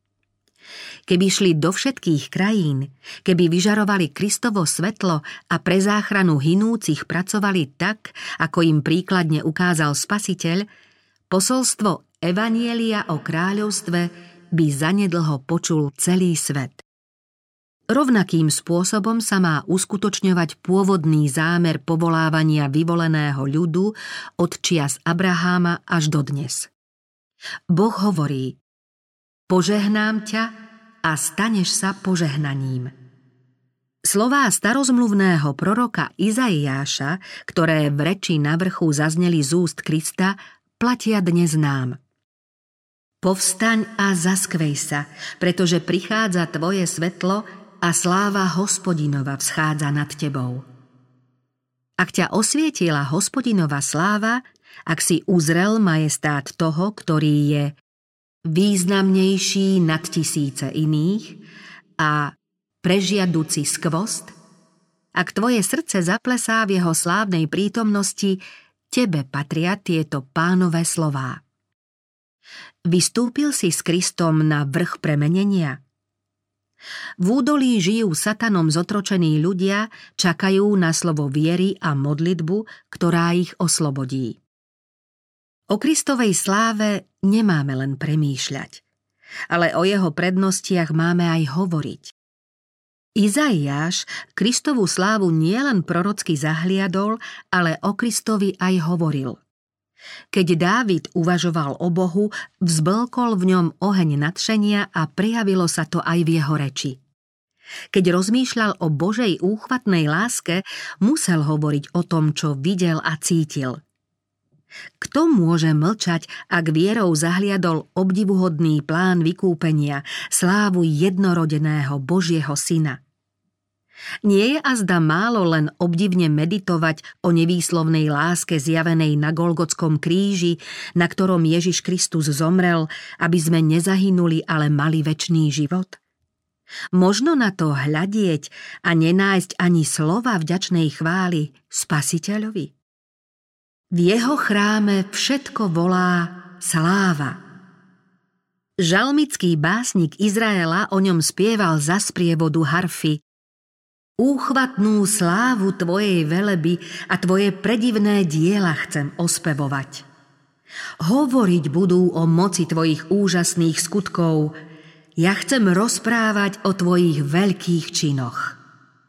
Keby šli do všetkých krajín, keby vyžarovali Kristovo svetlo a pre záchranu hinúcich pracovali tak, ako im príkladne ukázal Spasiteľ, posolstvo evanjelia o kráľovstve by zanedlho počul celý svet. Rovnakým spôsobom sa má uskutočňovať pôvodný zámer povolávania vyvoleného ľudu od čias Abraháma až dodnes. Boh hovorí: Požehnám ťa a staneš sa požehnaním. Slová starozmluvného proroka Izaiáša, ktoré v reči na vrchu zazneli z úst Krista, platia dnes nám. Povstaň a zaskvej sa, pretože prichádza tvoje svetlo a sláva Hospodinova vschádza nad tebou. Ak ťa osvietila Hospodinova sláva, ak si uzrel majestát toho, ktorý je významnejší nad tisíce iných a prežiaduci skvost, ak tvoje srdce zaplesá v jeho slávnej prítomnosti, tebe patria tieto Pánové slová. Vystúpil si s Kristom na vrch premenenia? V údolí žijú satanom zotročení ľudia, čakajú na slovo viery a modlitbu, ktorá ich oslobodí. O Kristovej sláve nemáme len premýšľať, ale o jeho prednostiach máme aj hovoriť. Izaiáš Kristovú slávu nielen prorocky zahliadol, ale o Kristovi aj hovoril. Keď Dávid uvažoval o Bohu, vzblkol v ňom oheň nadšenia a prejavilo sa to aj v jeho reči. Keď rozmýšľal o Božej úchvatnej láske, musel hovoriť o tom, čo videl a cítil. Kto môže mlčať, ak vierou zahliadol obdivuhodný plán vykúpenia, slávu jednorodeného Božieho syna? Nie je azda málo len obdivne meditovať o nevýslovnej láske zjavenej na Golgotskom kríži, na ktorom Ježiš Kristus zomrel, aby sme nezahynuli, ale mali večný život? Možno na to hľadieť a nenájsť ani slova vďačnej chvály Spasiteľovi? V jeho chráme všetko volá sláva. Žalmický básnik Izraela o ňom spieval za sprievodu harfy: Úchvatnú slávu tvojej veleby a tvoje predivné diela chcem ospevovať. Hovoriť budú o moci tvojich úžasných skutkov, ja chcem rozprávať o tvojich veľkých činoch.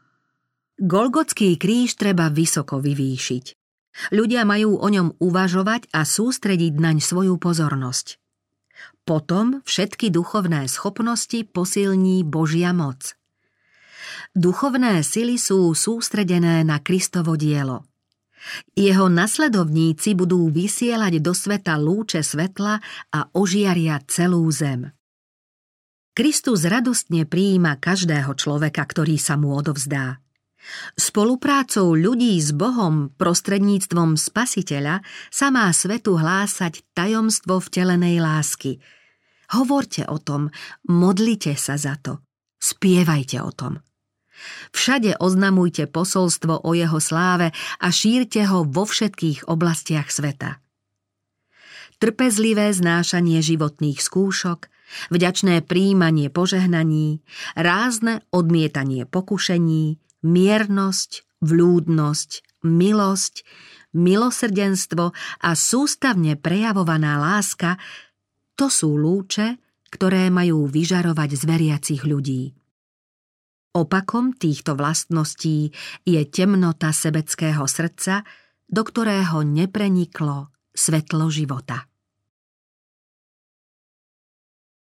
Golgotský kríž treba vysoko vyvýšiť. Ľudia majú o ňom uvažovať a sústrediť naň svoju pozornosť. Potom všetky duchovné schopnosti posilní Božia moc. Duchovné sily sú sústredené na Kristovo dielo. Jeho nasledovníci budú vysielať do sveta lúče svetla a ožiaria celú zem. Kristus radostne prijíma každého človeka, ktorý sa mu odovzdá. Spoluprácou ľudí s Bohom prostredníctvom Spasiteľa sa má svetu hlásať tajomstvo vtelenej lásky. Hovorte o tom, modlite sa za to, spievajte o tom. Všade oznamujte posolstvo o jeho sláve a šírte ho vo všetkých oblastiach sveta. Trpezlivé znášanie životných skúšok, vďačné prijímanie požehnaní, rázne odmietanie pokušení, miernosť, vľúdnosť, milosť, milosrdenstvo a sústavne prejavovaná láska, to sú lúče, ktoré majú vyžarovať z veriacich ľudí. Opakom týchto vlastností je temnota sebeckého srdca, do ktorého nepreniklo svetlo života.